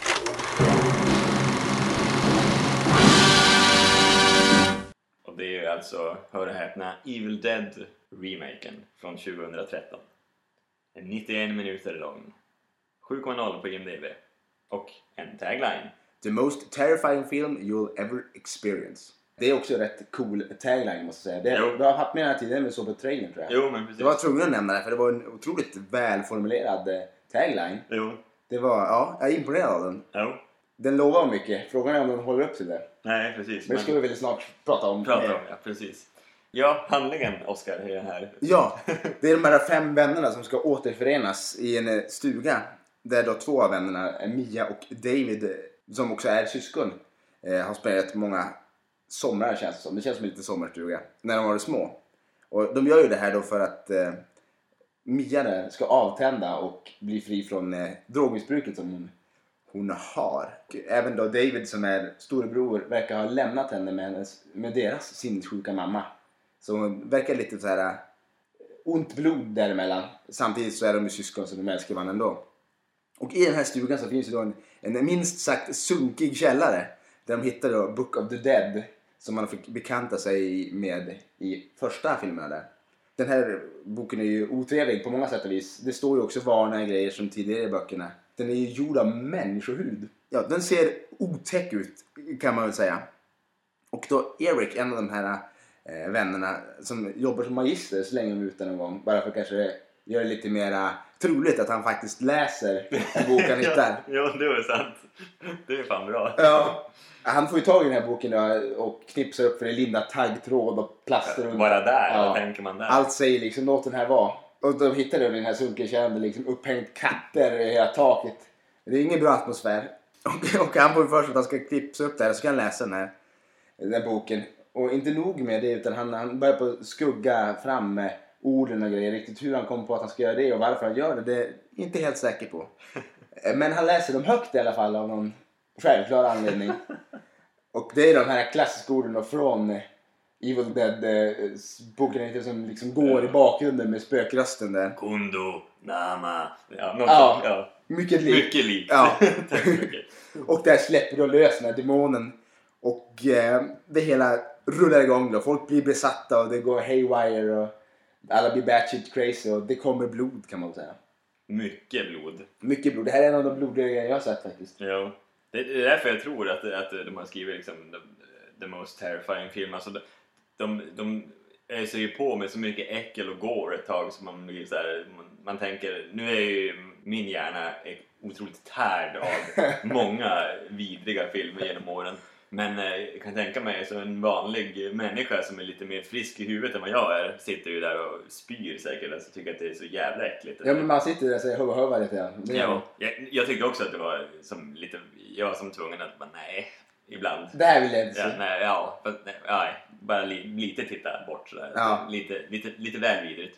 Och det är ju alltså, hör och häpna, Evil Dead-remaken från tjugohundratretton. En nittioen minuter lång. sju komma noll på I M D B. Och en tagline. The most terrifying film you'll ever experience. Det är också rätt cool tagline måste jag säga. Det, Jo. du har haft med den här tiden med så på trailern tror jag. Jo, men precis. Det var tvungen att nämna det för det var en otroligt välformulerad eh, tagline. Jo, Det var, ja, jag är imponerad av den. jo. Den lovar mycket. Frågan är om den håller upp till det. Nej, precis. Men det ska vi väl snart prata om. prata Eh, om, ja, precis. Ja, handlingen, Oscar, i den här. Ja, det är de här fem vännerna som ska återförenas i en eh, stuga. Där då två av vännerna, eh, Mia och David, eh, som också är syskon, eh, har spelat många somrar känns det som. Det känns som en liten sommarstuga. När de var små. Och de gör ju det här då för att eh, Mia där ska avtända och bli fri från eh, drogmissbruket som hon, hon har. Och även då David som är storebror verkar ha lämnat henne med, hennes, med deras sinnessjuka mamma. Så hon verkar lite så här ont blod däremellan. Samtidigt så är de ju syskon så de älskar varandra ändå. Och i den här stugan så finns ju då en, en minst sagt sunkig källare. Där de hittar då Book of the Dead. Som man fick bekanta sig med i första filmerna där. Den här boken är ju otrevlig på många sätt och vis. Det står ju också varna grejer som tidigare i böckerna. Den är ju gjord av människohud. Ja, den ser otäck ut kan man väl säga. Och då Eric, en av de här eh, vännerna som jobbar som magister, slänger de ut den någon gång. Bara för kanske göra det lite mer troligt att han faktiskt läser en bok han hittar. Ja, det är sant. Det är fan bra. Ja, han får ju tag i den här boken då, och knipsar upp för det linda taggtråd och plaster. Ja, bara där, ja. Vad tänker man där? Allt säger liksom, låt den här vara. Och de hittar då den här sunkenkärnan liksom upphängt katter i hela taket. Det är ingen bra atmosfär. Och, och han får först att han ska knipsa upp där och så kan han läsa den här, den här boken. Och inte nog med det utan han, han börjar på skugga fram med orden och grejer. Riktigt hur han kom på att han ska göra det och varför han gör det, det är inte helt säker på. Men han läser dem högt i alla fall av någon självklar anledning. Och det är de här klassiska orden från Evil Dead eh, boken som liksom går i bakgrunden med spökrösten där. Kundo, Nama. Ja, något ja, så, ja. Mycket likt. Mycket likt. Ja. Tack så mycket. Och där släpper då lös den här demonen. Och eh, det hela rullar igång då. Folk blir besatta och det går haywire och alla blir batshit crazy och det kommer blod kan man säga. Mycket blod. Mycket blod. Det här är en av de blodiga grejer jag har sett faktiskt. Ja. Det är därför jag tror att, att de har skrivit liksom the, the most terrifying film. Alltså de, de, de öser ju på med så mycket äckel och går ett tag som man blir så här, man, man tänker, nu är ju min hjärna otroligt tärd av många vidriga filmer genom åren. Men eh, jag kan tänka mig så en vanlig människa som är lite mer frisk i huvudet än vad jag är sitter ju där och spyr säkert. Alltså tycker att det är så jävla äckligt. Ja, men man sitter där och säger höva höva lite grann. Ja, jag, jag tyckte också att det var som lite, jag var som tvungen att bara nej, ibland. Det här vill jag inte se. Ja, nej, ja, fast, nej, nej, bara li, lite titta bort sådär. Ja. Lite, lite, lite väl vidrigt.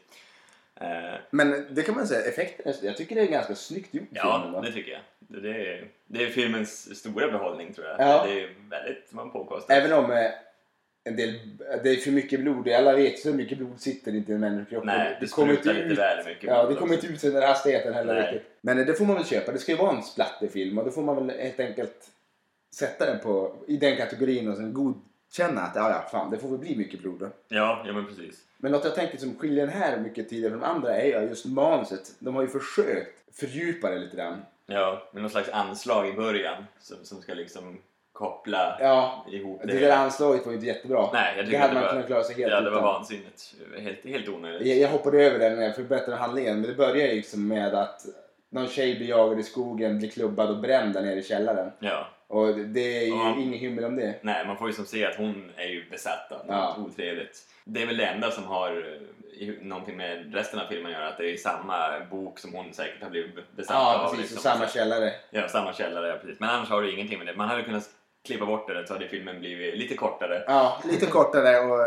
Uh, men det kan man säga, effekten, jag tycker det är ganska snyggt gjort. Ja, filmen, det tycker jag. Det, det, är, det är filmens stora behållning tror jag. Ja. Det är väldigt man påkostar. Även om eh, en del, det är för mycket blod. Alla vet så mycket blod sitter inte i en människokropp. Nej, det, det kommer inte lite ut. väl mycket Ja, blod det kommer också. inte ut i den här hastigheten heller Nej. riktigt. Men eh, det får man väl köpa. Det ska ju vara en splatterfilm och då får man väl helt enkelt sätta den på i den kategorin och sen godkänna att ja, ja, fan, det får väl bli mycket blod då. Ja, ja men precis. Men något jag tänker som skiljer den här mycket tidigare från de andra är ju just manuset. De har ju försökt fördjupa det lite grann. Ja, med någon slags anslag i början som, som ska liksom koppla ja, ihop det. Det där anslaget var ju inte jättebra. Nej, jag det tycker hade det man var, kunnat klara sig helt ja, det var utan. vansinnigt. Helt, helt onödigt. Jag, jag hoppade över den när jag förbättrade handlingen. Men det börjar ju liksom med att någon tjej blir jagad i skogen, blir klubbad och bränd där nere i källaren. Ja. Och det är ju ja. ingen himmel om det. Nej, man får ju som se att hon är ju besatt av ja. något otrevligt. Det är väl det enda som har någonting med resten av filmen att göra. Att det är samma bok som hon säkert har blivit besatt ja, av. Ja, precis. Liksom. Och samma källare. Ja, samma källare, ja, precis. Men annars har det ingenting med det. Man hade kunnat klippa bort det så hade filmen blivit lite kortare. Ja, lite kortare och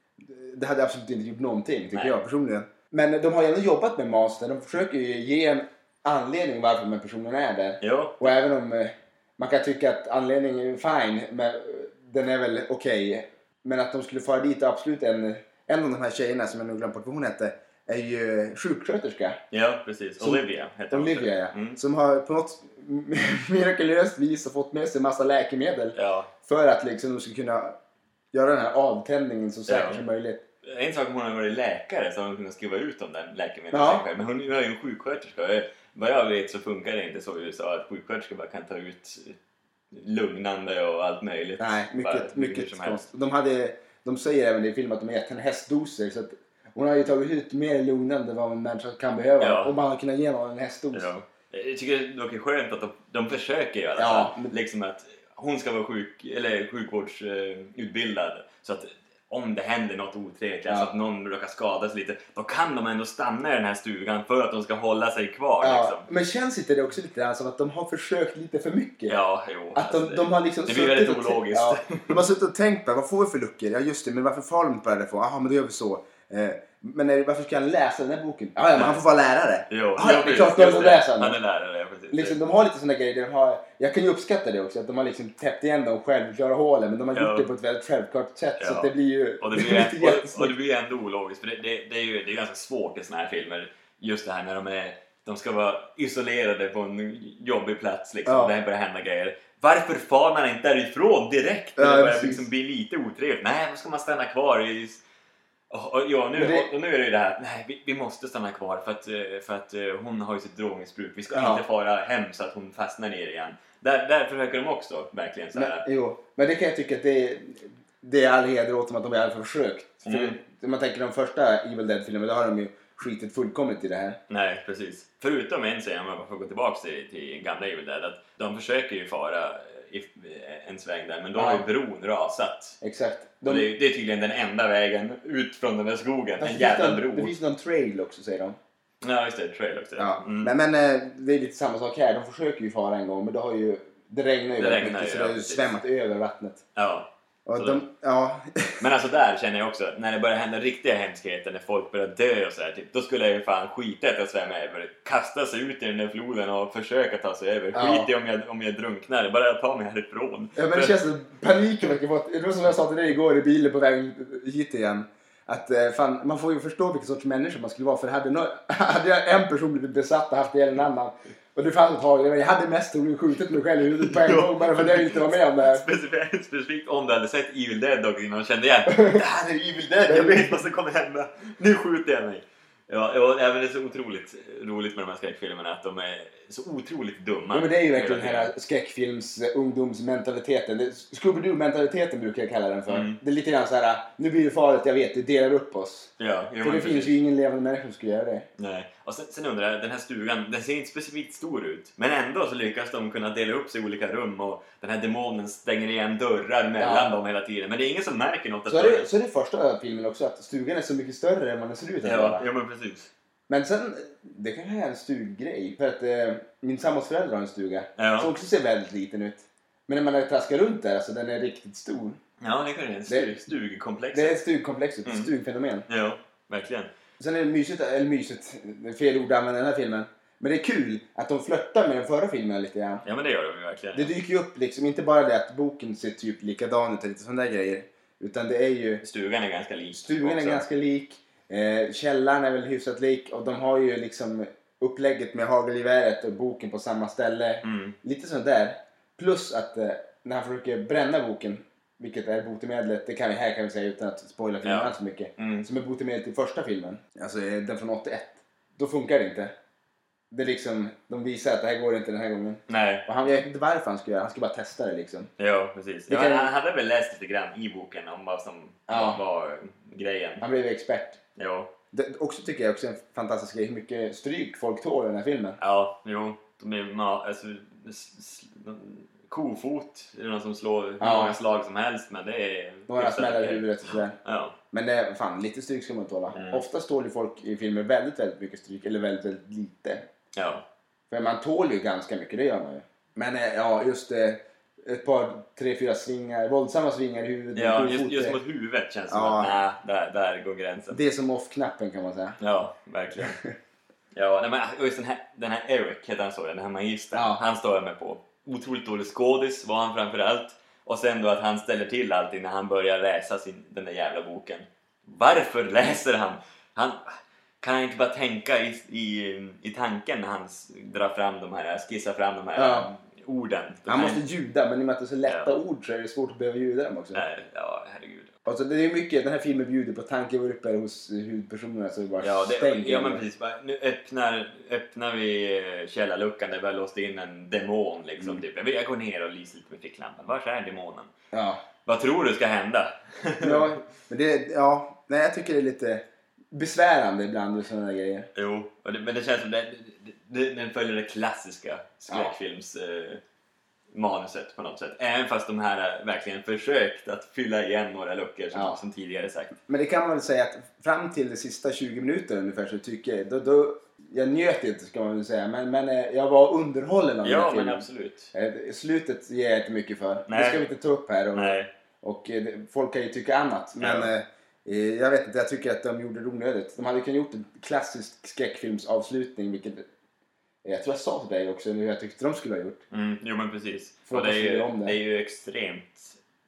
det hade absolut inte gjort någonting tycker Nej. jag personligen. Men de har ju ändå jobbat med master. De försöker ju ge en anledning varför de här personerna är där. Ja. Och även om man kan tycka att anledningen är fine, men den är väl okej. Okay. Men att de skulle fara dit absolut en, en av de här tjejerna som jag nu glömt bort vad hon hette är ju sjuksköterska. Ja, precis. Som, Olivia heter hon. Olivia, ja. Mm. Som har på något mirakulöst vis fått med sig en massa läkemedel. Ja. För att liksom de ska kunna göra den här avtändningen så säkert ja. som möjligt. En sak om hon har varit läkare så har hon kunnat skriva ut om den läkemedlen. Ja. Men hon är ju en sjuksköterska. Vad jag vet så funkar det inte så i U S A att sjuksköterskor bara kan ta ut lugnande och allt möjligt. Nej, mycket, mycket konstigt. De, hade, de säger även i filmen att de har gett henne hästdoser så att hon har ju tagit ut mer lugnande än vad en människa kan behöva. Ja. Och man har kunnat ge någon en hästdos. Ja. Jag tycker det är skönt att de, de försöker i alla fall. Ja. Liksom att hon ska vara sjuk, eller sjukvårdsutbildad så att om det händer något otrevligt, ja. alltså att någon råkar skadas lite, då kan de ändå stanna i den här stugan för att de ska hålla sig kvar. Ja, liksom. Men känns inte det också lite grann som att de har försökt lite för mycket? Ja, jo. Att de, de har liksom det blir väldigt ologiskt. Ja, de har suttit och tänkt på, vad får vi för luckor? Ja just det, men varför far de inte på det? Jaha, men då gör vi så. Eh, men är, varför ska han läsa den här boken? Ja, ja men han får vara lärare. Jo, ah, jo, det är klart de får läsa den. Han är lärare, precis. Liksom, de har lite sådana grejer. De har, jag kan ju uppskatta det också. Att de har liksom täppt igen de självklara hålen. Men de har ja. gjort det på ett väldigt självklart sätt. Ja. Så att det blir ju... Och det blir, en, och, och det blir ändå ologiskt. För det, det, det, är ju, det är ganska svårt i såna här filmer. Just det här när de är... De ska vara isolerade på en jobbig plats liksom. Ja. Där börjar hända grejer. Varför far man inte därifrån direkt? När ja, det börjar liksom bli lite otrevligt. Nej, då ska man stanna kvar i... Och, och, ja, nu, det... och nu är det ju det här. Nej, vi, vi måste stanna kvar. För att, för att hon har ju sitt drogmissbruk. Vi ska ja. inte fara hem så att hon fastnar ner igen. Där, där försöker de också verkligen så här. Men, jo, men det kan jag tycka att det är... Det är all heder åt dem att de har i alla fall försökt. Mm. För om man tänker de första Evil Dead-filmerna, då har de ju skitit fullkomligt i det här. Nej, precis. Förutom en scen, om man får gå tillbaka till, till gamla Evil Dead, att de försöker ju fara i en sväng där, men då ja. har ju bron rasat. Exakt. De... Det, är, det är tydligen den enda vägen ut från den där skogen, en jävla bro. Det finns någon trail också, säger de. Ja, just det, trail också. Ja. Mm. Men, men det är lite samma sak här, de försöker ju fara en gång, men då har ju det regnar ju det väldigt regnar mycket, ju, så det har ju ja, svämmat över vattnet. Ja. Och de, ja. Men alltså där känner jag också, när det börjar hända riktiga hemskheter, när folk börjar dö och så här, typ, då skulle jag ju fan skita att jag svämma över, kasta sig ut i den där floden och försöka ta sig över. Ja. Skit i om jag, om jag drunknar, bara jag tar mig härifrån. Ja, men det känns som paniken verkar vara, det var som jag sa till dig igår i bilen på väg hit igen. Att fan, man får ju förstå vilken sorts människa man skulle vara, för hade, no, hade jag en person blivit besatt och haft det en annan, och det fanns ett tag, jag hade mest troligen skjutit mig själv i huvudet på en gång bara för att jag inte var med om det här. Specifikt, specifikt om du hade sett Evil Dead och innan kände igen, det här är Evil Dead, jag vet vad som kommer hända, nu skjuter jag mig. Ja, ja, även det är så otroligt roligt med de här skräckfilmerna att de är så otroligt dumma. Ja, men det är ju verkligen den här skräckfilms ungdomsmentaliteten. Scooby-Doo-mentaliteten brukar jag kalla den för. Mm. Det är lite grann så här, nu blir det farligt, jag vet, det delar upp oss. Ja, för det finns ju ingen levande människa som skulle göra det. Nej. Och sen, sen undrar jag, den här stugan, den ser inte specifikt stor ut. Men ändå så lyckas de kunna dela upp sig i olika rum och den här demonen stänger igen dörrar mellan ja. dem hela tiden. Men det är ingen som märker något. Så är det, så är det första filmen också, att stugan är så mycket större än vad den ser ut. Ja, ja, men precis. Men sen, det kan vara en stuggrej. För att eh, min sambos föräldrar har en stuga. Ja. Som också ser väldigt liten ut. Men när man traskar runt där, alltså den är riktigt stor. Ja, det är en stug, stugkomplex. Det är ett stugkomplex, ett mm. stugfenomen. Ja, verkligen. Sen är det mysigt, eller mysigt, det är fel ord att använda den här filmen. Men det är kul att de flörtar med den förra filmen lite grann. Ja, men det gör de ju verkligen. Det dyker ju upp liksom, inte bara det att boken ser typ likadan ut och lite sådana där grejer. Utan det är ju... Stugan är ganska lik. Stugan också. är ganska lik. Eh, källaren är väl hyfsat lik. Och de har ju liksom upplägget med hagelgeväret och boken på samma ställe. Mm. Lite sånt där. Plus att eh, när han försöker bränna boken, vilket är botemedlet, det kan vi här kan vi säga utan att spoila filmen alls så mycket. Mm. Som är botemedlet i första filmen. Alltså den från åttioett. Då funkar det inte. Det är liksom, de visar att det här går inte den här gången. Nej. Och han vet inte varför han ska göra, han ska bara testa det liksom. Ja, precis. Ja, kan... Han hade väl läst lite grann i boken om vad som ja. var grejen. Han blev expert. Ja. Det också tycker jag också är en fantastisk grej hur mycket stryk folk tål i den här filmen. Ja, jo. De är alltså, kofot är det någon som slår hur ja. många slag som helst, men det är... Några smällar i huvudet och sådär. Ja. Men det är fan, lite stryk ska man tåla. Mm. Oftast tål ju folk i filmer väldigt, väldigt mycket stryk, eller väldigt, väldigt lite. Ja. För man tål ju ganska mycket, det gör man ju. Men ja, just det. Ett par, tre, fyra svingar, våldsamma svingar i huvudet. Ja, just, just mot huvudet känns som ja. att nej, där, där går gränsen. Det är som off-knappen kan man säga. Ja, verkligen. Ja, nej, men just den här, den här Eric heter han så, den här magistern. Ja. Han står jag med på. Otroligt dålig skådis var han framförallt. Och sen då att han ställer till allting när han börjar läsa sin, den där jävla boken. Varför läser han? Han... Kan han inte bara tänka i, i, i tanken när han drar fram de här, skissar fram de här ja. orden? De han här... måste ljuda, men i och med att det är så lätta ja. ord så är det svårt att behöva ljuda dem också. Nej, ja, herregud. Alltså, det är mycket, den här filmen bjuder på tankevurper hos huvudpersonerna så det bara ja, det, stänker. Ja, men precis. Nu öppnar, öppnar vi källarluckan där vi har låst in en demon liksom. Mm. Typ. Jag går ner och lyser lite med ficklampan. Var är demonen? Ja. Vad tror du ska hända? ja, men det, ja, nej, jag tycker det är lite... besvärande ibland och sådana grejer. Jo, det, men det känns som det, det, det, den följer det klassiska skräckfilms ja. eh, manuset på något sätt. Även fast de här verkligen försökt att fylla igen några luckor som, ja. som tidigare sagt. Men det kan man väl säga att fram till de sista tjugo minuterna ungefär så tycker jag, då, då, jag njöt inte ska man väl säga, men, men jag var underhållen av ja, den filmen. Ja, men absolut. Slutet ger jag inte mycket för. Nej. Det ska vi inte ta upp här. Och, Nej. och folk kan ju tycka annat, men... Ja. Jag vet inte, jag tycker att de gjorde det onödigt. De hade kunnat gjort en klassisk skräckfilmsavslutning, vilket jag tror jag sa till dig också nu jag tyckte de skulle ha gjort. Mm, jo men precis. För och det är, ju, det. det är ju extremt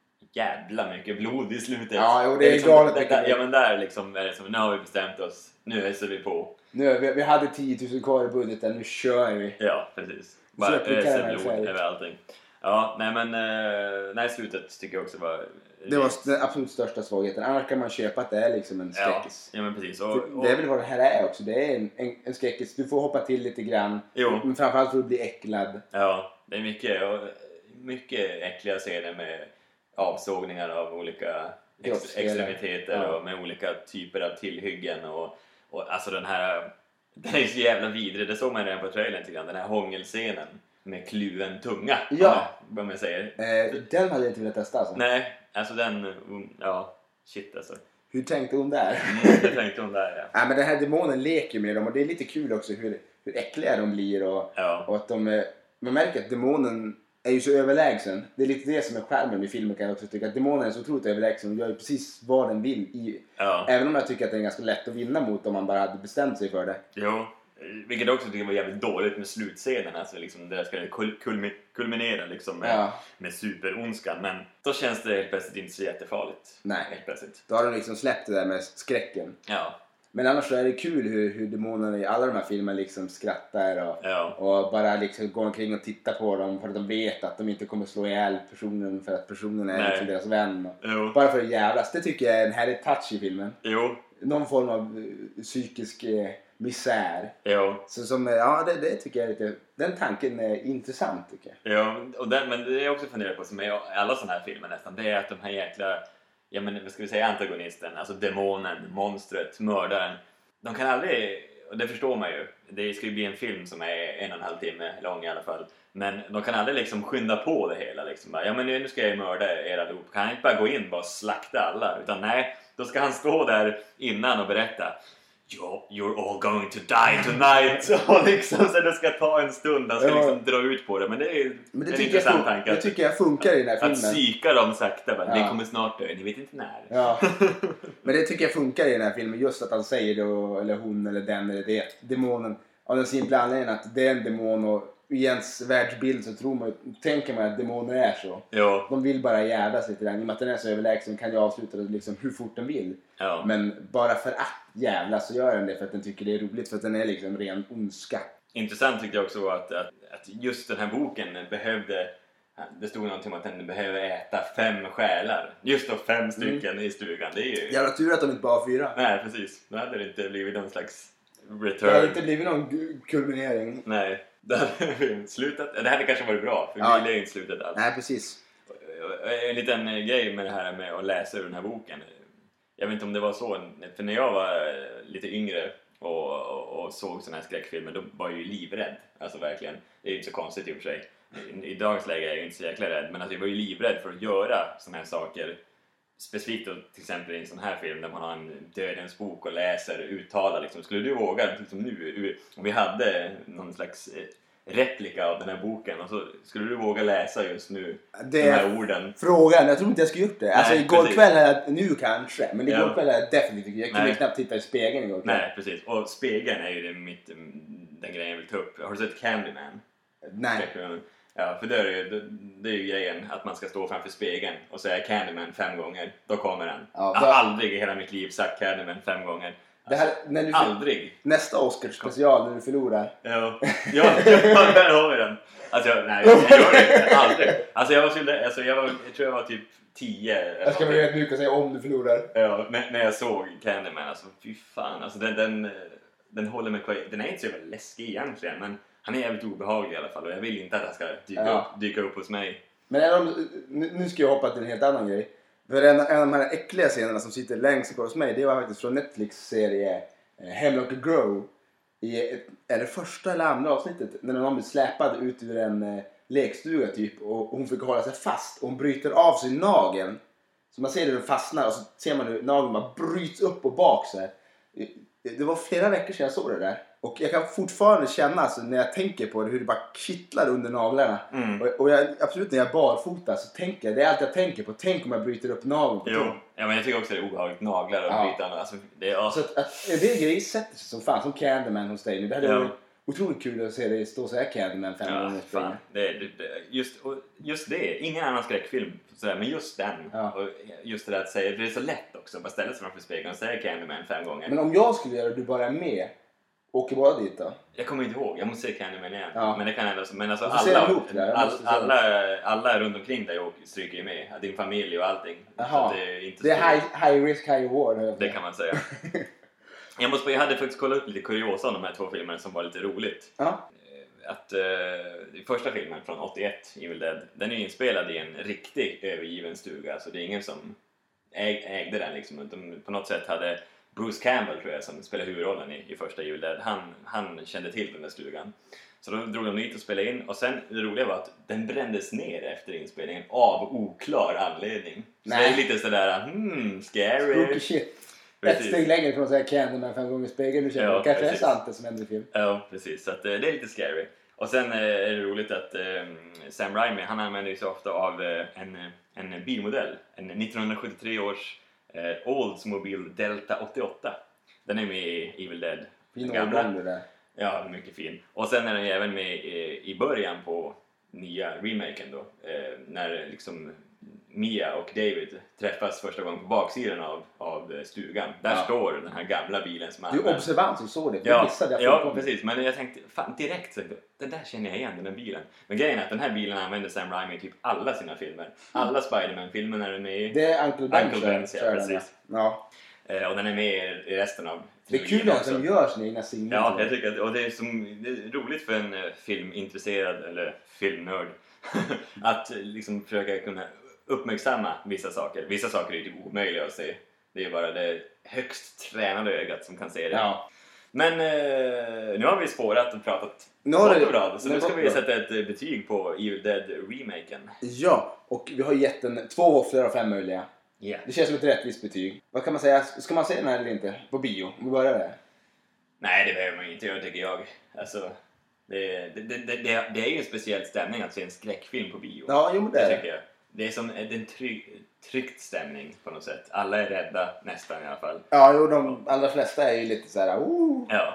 jävla mycket blod i slutet. Ja, jo, det är liksom, galet det, mycket. Ja men där liksom är det som, nu har vi bestämt oss, nu hästar vi på. Nu, vi, vi hade tio tusen kvar i budgeten, nu kör vi. Ja, precis. Bara Så jag öser blod över allting. Ja, nej men eh, nej, slutet tycker jag också var... Det var den absolut största svagheten. Annars kan man köpa att det är liksom en skräckis. Ja, ja men precis. Och, och... Det är väl vad det här är också. Det är en, en, en skräckis. Du får hoppa till lite grann. Jo. Men framförallt får du bli äcklad. Ja, det är mycket, och, mycket äckliga scener med avsågningar av olika ex, extremiteter ja. Och med olika typer av tillhyggen. Och, och alltså den här... Den är så jävla vidrig. Det såg man redan på trailern till grann. Den här hångelscenen. Med kluven tunga. Ja. Vad man säger. Eh, den hade jag inte velat testa alltså. Nej, alltså den... Ja, shit alltså. Hur tänkte hon där? Mm, hur tänkte hon där, ja. Ja, men den här demonen leker med dem. Och det är lite kul också hur, hur äckliga de blir. Och, ja. och att de... Man märker att demonen är ju så överlägsen. Det är lite det som är skärmen i filmen kan jag också tycka. Att demonen är så otroligt överlägsen. Och gör ju precis vad den vill. I, ja. Även om jag tycker att det är ganska lätt att vinna mot om man bara hade bestämt sig för det. Jo. Vilket jag också tycker var jävligt dåligt med slutscenen. Alltså liksom det där ska kul- kulminera liksom med, ja. med superonskan. Men då känns det helt plötsligt inte så jättefarligt. Nej. Helt plötsligt. Då har de liksom släppt det där med skräcken. Ja. Men annars så är det kul hur, hur demonerna i alla de här filmerna liksom skrattar och, ja. och bara liksom går omkring och tittar på dem för att de vet att de inte kommer slå ihjäl personen för att personen är liksom deras vän. Och bara för att jävlas. Det tycker jag är en härlig touch i filmen. Jo. Någon form av uh, psykisk uh, misär. Jo. Så som, ja det, det tycker jag är lite, den tanken är intressant tycker jag. Ja, och den, men det jag också funderar på som är alla sådana här filmer nästan, det är att de här jäkla, ja men vad ska vi säga, antagonisten, alltså demonen, monstret, mördaren, de kan aldrig, och det förstår man ju, det ska ju bli en film som är en och en halv timme lång i alla fall, men de kan aldrig liksom skynda på det hela liksom, ja men nu ska jag mörda er allihop, kan han inte bara gå in och bara slakta alla, utan nej, då ska han stå där innan och berätta You're, you're all going to die tonight. Och liksom, så det ska ta en stund. Han ska ja. liksom dra ut på det. Men det är men det en tycker intressant jag, tanke. Det tycker jag funkar i den här filmen. Att psyka dem sakta. Ja. Ni kommer snart dö. Ni vet inte när. Ja. Men det tycker jag funkar i den här filmen. Just att han säger då, eller hon eller den eller det. Demonen. Av den simpla anledningen att det är en demon. Och i ens världsbild så tror man, tänker man att demoner är så. Ja. De vill bara jävlas lite grann. I och med att den är så överlägsen kan jag avsluta det liksom hur fort den vill. Ja. Men bara för att jävlas så gör den det för att den tycker det är roligt. För att den är liksom ren ondska. Intressant tyckte jag också att, att, att just den här boken behövde, det stod någonting om att den behöver äta fem själar. Just då fem stycken mm. i stugan. Det är ju... Jävla tur att de inte bara har fyra. Nej, precis. Då hade det inte blivit någon slags return. Det hade inte blivit någon kulminering. Nej. Det hade slutat. Det hade kanske varit bra, för vi ja. ville inte slutet alls. Nej, precis. En liten grej med det här med att läsa ur den här boken. Jag vet inte om det var så, för när jag var lite yngre och, och, och såg såna här skräckfilmer, då var jag ju livrädd. Alltså verkligen. Det är ju inte så konstigt i och för sig. I, i dagens läge är jag ju inte så jäkla rädd, men alltså jag var ju livrädd för att göra såna här saker. Specifikt då, till exempel i en sån här film där man har en dödens bok och läser, uttalar liksom. Skulle du våga liksom nu, om vi hade någon slags replika av den här boken, och så skulle du våga läsa just nu det de här orden? Frågan, jag tror inte jag skulle gjort det. Nej, alltså igår precis. kväll hade jag, nu kanske, men igår ja. kväll hade jag definitivt, jag kunde Nej. knappt titta i spegeln igår kväll. Nej, precis. Och spegeln är ju det mitt, den grejen jag vill ta upp. Har du sett Candyman? Nej. Ja, för det är, ju, det, det är ju grejen att man ska stå framför spegeln och säga Candyman fem gånger. Då kommer den. Ja, jag har aldrig i hela mitt liv sagt Candyman fem gånger. Det här, när du, aldrig. Nästa Oscars special när du förlorar. Ja, ja, ja där har vi den. Alltså, jag, nej, jag gör det inte. Aldrig. Alltså, jag, var, alltså, jag, var, jag tror jag var typ tio. Jag ska väl rätt mycket säga om du förlorar. Ja, när, när jag såg Candyman. Alltså, fy fan. Alltså, den, den, den håller mig kvar. Den är inte så jävla läskig egentligen, men han är jävligt obehaglig i alla fall. Och jag vill inte att han ska dyka, ja. upp, dyka upp hos mig. Men en av, nu ska jag hoppa till en helt annan grej. För en, en av de här äckliga scenerna som sitter längst kvar hos mig, det var faktiskt från Netflix-serie eh, Hemlock Grove. I ett, är det första eller andra avsnittet när någon blir släpad ut ur en eh, lekstuga typ. Och, och hon fick hålla sig fast och hon bryter av sig nageln. Så man ser hur den fastnar och så ser man hur nageln bara bryts upp och bak så här. Det var flera veckor sedan jag såg det där. Och jag kan fortfarande känna alltså, när jag tänker på det hur det bara kittlar under naglarna. Mm. Och, och jag, absolut när jag barfota så tänker jag, det är allt jag tänker på. Tänk om jag bryter upp nageln på tån. Ja, men jag tycker också det är obehagligt. Naglar och Ja. bryta. Alltså, det, ja. Så att, att en del grejer sätter sig som fan, som Candyman hos dig nu. Det hade Ja. varit otroligt kul att se dig stå så här Candyman fem Ja, gånger. fan. Det, det, det, just, och just det, ingen annan skräckfilm sådär, men just den. Ja. Och just det där att säga, för det är så lätt också. Bara ställa sig framför spegeln och säga Candyman fem gånger. Men om jag skulle göra det, du bara är med, åker bara dit då? Jag kommer inte ihåg, jag måste se Candyman igen. Ja. Men det kan ändå, men alltså Du får se alla, dem ihop där, jag all, måste se alla, alla runt omkring dig och stryker ju med. Din familj och allting. Jaha. Så det är inte Det är så- high, high risk, high reward. Det kan man säga. Jag, måste, jag hade faktiskt kollat upp lite kuriosa om de här två filmerna som var lite roligt. Ja. Att uh, första filmen från åttioett, Evil Dead, den är inspelad i en riktig övergiven stuga. Så det är ingen som äg, ägde den liksom. De, på något sätt hade Bruce Campbell, tror jag, som spelar huvudrollen i, i första Evil Dead, han, han kände till den där stugan. Så då drog de dit och spelade in. Och sen det roliga var att den brändes ner efter inspelningen av oklar anledning. Så Nej. det är lite sådär, hmm, scary. Spooky shit. Precis. Ett steg längre från att säga Candyman fem gånger spegeln. Nu känner Ja, jag. Kanske precis. är sant det som händer i film. Ja, precis. Så att, eh, det är lite scary. Och sen eh, är det roligt att eh, Sam Raimi, han använder ju så ofta av eh, en, en bilmodell. En nittonhundrasjuttiotre års eh, Oldsmobile Delta åttioåtta. Den är med i Evil Dead. Fin Den gamla. årgång det där. Ja, mycket fin. Och sen är den ju även med i, i början på nya remaken då. Eh, när liksom Mia och David träffas första gången på baksidan av, av stugan. Där Ja. står den här gamla bilen som Du är används. observant som såg det. För Ja, missade jag ja fullkomligt. precis. Men jag tänkte, fan direkt så den där känner jag igen, den här bilen. Men grejen är att den här bilen använder Sam Raimi i typ alla sina filmer. Alla Spider-Man-filmer är den med i. Det är Uncle Ben. Uncle kör- Ben's, ja, kör den precis. där. Ja. Eh, och den är med i resten av Det är kul trilogin att de gör sina egna singlar. Ja, jag tycker att, och det är, som, det är roligt för en eh, filmintresserad eller filmnörd att eh, liksom försöka kunna uppmärksamma vissa saker. Vissa saker är ju typ omöjliga att se. Det är bara det högst tränade ögat som kan se det. Ja. Men eh, nu har vi spårat och pratat Nu har gott det- och bra, så det nu har ska gått vi bra. sätta ett eh, betyg på Evil Dead-remaken. Ja, och vi har gett den två våfflor av fem möjliga. Yeah. Det känns som ett rättvist betyg. Vad kan man säga? Ska man se den här eller inte? På bio? Om vi börjar där. Nej, det behöver man inte göra, tycker jag. Alltså, det, det, det, det, det är ju en speciell stämning att se en skräckfilm på bio. Ja, jo men det Det är tycker jag. Det är som det är en trygg, tryckt stämning på något sätt. Alla är rädda, nästan i alla fall. Ja, jo, de allra flesta är ju lite så här. Oh. Ja.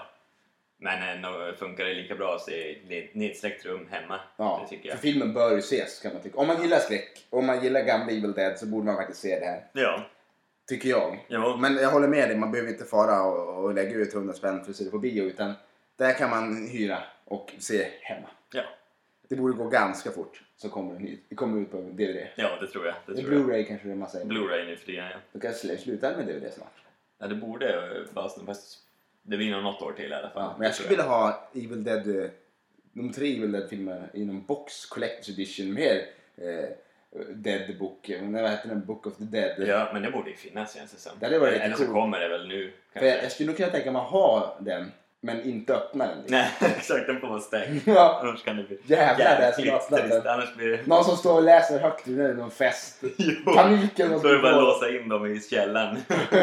Men ändå funkar det lika bra att se i ett nedsläckt rum hemma. Ja, Det tycker för jag. filmen bör ju ses kan man tycka. Om man gillar skräck, om man gillar gamla Evil Dead så borde man faktiskt se det här. Ja. Tycker jag. Jo. Men jag håller med dig, man behöver inte fara och, och lägga ut hundra spänn för att se det på bio. Utan där kan man hyra och se hemma. Ja. Det borde gå ganska fort. Så kommer den hit. Det kommer ut på D V D. Ja, det tror jag. Det Det är tror jag. Blu-ray kanske det man säger. Blu-ray nu för tiden, ja. Då kan jag sl- sluta med D V D snart. Ja, det borde eh, vara så, fast det blir nog något år till i alla fall. Ja, men jag skulle tror vilja ha Evil Dead, eh, de tre Evil Dead-filmerna i någon box Collector's Edition med eh, Dead Book, eh, vad heter den? Book of the Dead. Ja, men det borde ju finnas, känns det som. Det hade varit Eller lite så coolt. kommer det väl nu, För kanske. jag, jag skulle nog kunna tänka mig att ha den, men inte öppna den. Liksom. Nej, exakt, den får vara stängd. Ja. Annars kan det bli Jävlar, det är som jävligt öppnat trist. den. Annars blir det... Någon som står och läser högt nu, någon fest. Jo. Paniken måste Så är det bara få. låsa in dem i källaren.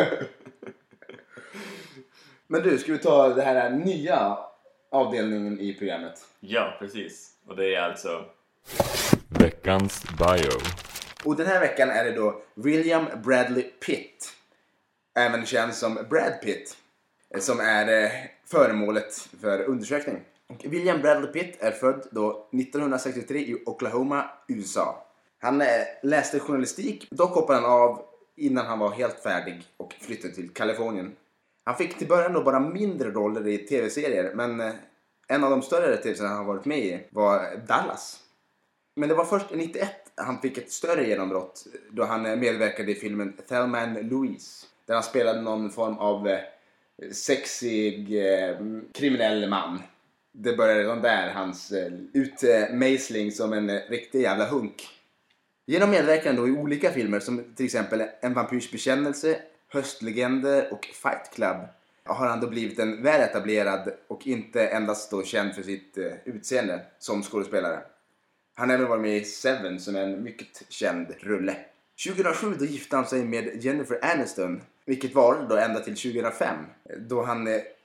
Men du, ska vi ta det här nya avdelningen i programmet? Ja, precis. Och det är alltså... Veckans bio. Och den här veckan är det då William Bradley Pitt, även känd som Brad Pitt, som är eh, föremålet för undersökning. Och William Bradley Pitt är född då nittonhundrasextiotre i Oklahoma, U S A. Han eh, läste journalistik, dock hoppade han av innan han var helt färdig och flyttade till Kalifornien. Han fick till början då bara mindre roller i tv-serier, men eh, en av de större tv-serier han har varit med i var Dallas. Men det var först nittioett han fick ett större genombrott då han medverkade i filmen Thelma and Louise. Där han spelade någon form av eh, sexig eh, kriminell man. Det började redan där hans eh, utmejsling som en eh, riktig jävla hunk. Genom medverkan då i olika filmer som till exempel En vampyrs bekännelse, Höstlegender och Fight Club har han då blivit en väl etablerad och inte endast då känd för sitt eh, utseende som skådespelare. Han har även varit med i Seven som är en mycket känd rulle. tjugohundrasju då gifte han sig med Jennifer Aniston, vilket var då ända till tjugohundrafem. Då han eh,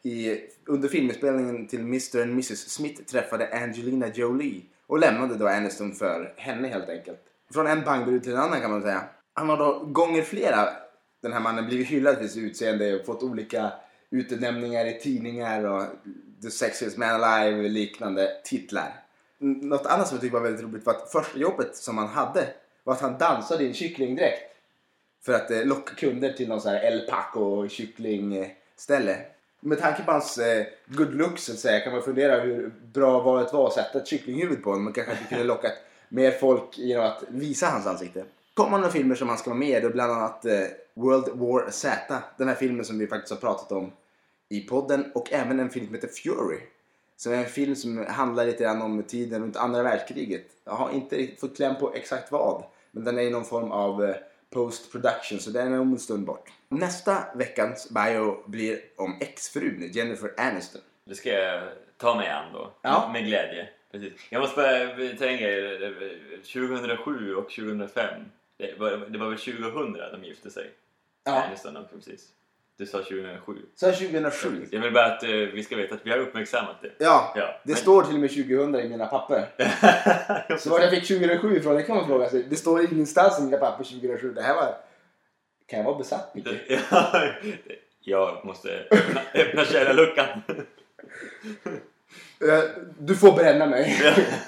i, under filminspelningen till mister and missus Smith träffade Angelina Jolie och lämnade då Aniston för henne helt enkelt. Från en bangbrud till en annan kan man säga. Han har då gånger flera, den här mannen, blivit hyllad för sitt utseende och fått olika utnämningar i tidningar och The Sexiest Man Alive och liknande titlar. Något annat som jag tyckte var väldigt roligt var att första jobbet som han hade var att han dansade i en kycklingdräkt för att eh, locka kunder till någon sån här El Paco kycklingställe. Med tanke på hans eh, good looks så att säga, kan man fundera hur bra valet var att sätta ett kycklinghuvud på honom. Man kanske inte kunde locka mer folk genom att visa hans ansikte. Kommande filmer som han ska vara med är bland annat eh, World War Z. Den här filmen som vi faktiskt har pratat om i podden. Och även en film som heter Fury. Som är en film som handlar lite grann om tiden runt andra världskriget. Jag har inte riktigt fått kläm på exakt vad. Men den är i någon form av eh, post-production, så den är om en stund bort. Nästa veckans bio blir om exfrun Jennifer Aniston. Det ska jag ta mig an då. Ja. Med glädje. Precis. Jag måste bara tänka tjugohundrasju och tjugohundrafem. Det var, det var väl tjugohundra de gifte sig. Ja. Aniston och precis. Du sa tjugohundrasju. Så tjugohundrasju. Jag vill bara att uh, vi ska veta att vi har uppmärksammat det. Ja, ja. det Men... står till och med tjugohundra i mina papper. Så var jag fick tjugohundrasju ifrån, det kan man fråga sig. Det står ingenstans i mina papper tjugohundrasju. Det här var... Kan jag vara besatt mycket? Ja, jag måste öppna, öppna källarluckan. Du får bränna mig.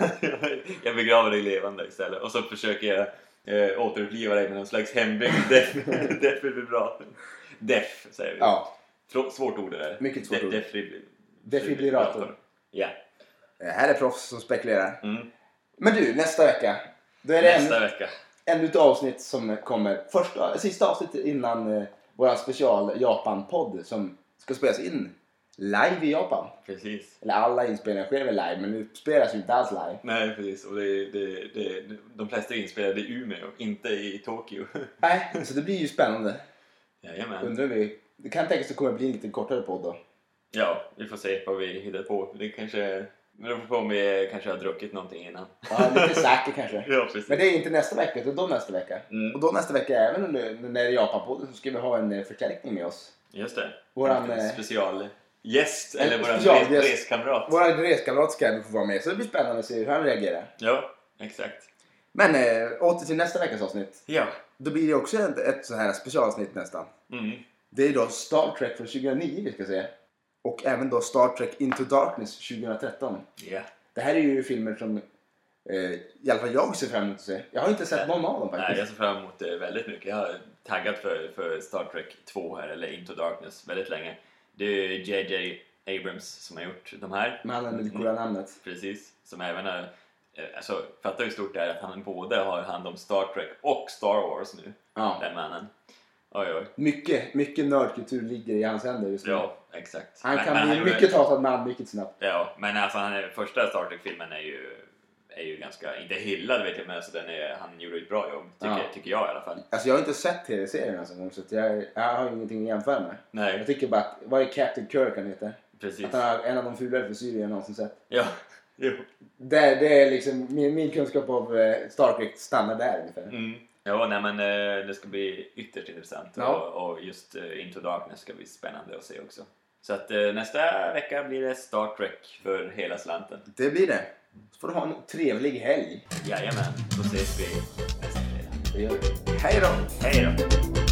Jag begraver dig levande istället. Och så försöker jag äh, återuppliva dig med någon slags hembyggd def. Def är bra. Def säger vi. Ja. Svårt ord det där. Mycket svårt ord. Defibri- Defibrillator. Ja. Här är proffs som spekulerar. Mm. Men du, nästa vecka. Då är det nästa en, vecka. ännu ett avsnitt som kommer. Första, sista avsnittet innan eh, vår special Japan-podd som ska spelas in live i Japan. Precis. Eller alla inspelningar sker väl live, men nu spelas ju inte alls live. Nej, precis. Och det, det, det, de flesta är inspelade i Umeå, inte i Tokyo. Nej, så det blir ju spännande. Jajamän. Undrar vi. Det kan tänkas att det kommer bli en lite kortare podd då. Ja, vi får se vad vi hittar på. Det kanske... Men det får på om vi kanske har druckit någonting innan. Ja, lite säker kanske. Ja, precis. Men det är inte nästa vecka, utan då nästa vecka. Mm. Och då nästa vecka, även under, när det är Japan-podden, så ska vi ha en förstärkning med oss. Just det. Våran, en eh, special gäst, eller våran specialgäst. res- reskamrat. Vår reskamrat ska även få vara med, så det blir spännande att se hur han reagerar. Ja, exakt. Men äh, åter till nästa veckas avsnitt. Ja. Då blir det också ett, ett så här specialavsnitt nästan. Mm. Det är då Star Trek från tjugohundranio vi ska se. Och även då Star Trek Into Darkness tjugotretton. Ja. Yeah. Det här är ju filmer som eh, i alla fall jag ser fram emot att se. Jag har inte sett någon av dem faktiskt. Nej, jag ser fram emot det väldigt mycket. Jag har taggat för, för Star Trek två här, eller Into Darkness, väldigt länge. Det är J J Abrams som har gjort de här. Mannen med det coola namnet. Precis, som även har... Alltså, fattar hur stort det är att han både har hand om Star Trek och Star Wars nu. Ja. Den mannen. Oj, oj. Mycket, mycket nördkultur ligger i hans händer just nu. Ja, exakt. Han Men- kan men bli han gjorde- mycket hatad man mycket snabbt. Ja, men alltså han är, första Star Trek-filmen är ju, är ju ganska, inte hyllad vet jag, men alltså den är, han gjorde ett bra jobb, tycker, Ja. tycker jag i alla fall. Alltså jag har inte sett tv-serien ens en gång, så att jag, jag har ingenting att jämföra med. Nej, Jag tycker bara att, vad är Captain Kirk han heter? precis. Att han har en av de fulare frisyrer jag någonsin sett. Ja, jo. Det, det är liksom, min, min kunskap av eh, Star Trek stannar där ungefär. Mm. Ja, nej men eh, det ska bli ytterst intressant. Ja. Och, och just eh, Into Darkness ska bli spännande att se också. Så att eh, nästa vecka blir det Star Trek för hela slanten. Det blir det. Så får du ha en trevlig helg. Jajamän, då ses vi nästa fredag. Det gör vi. Hej då! Hej då!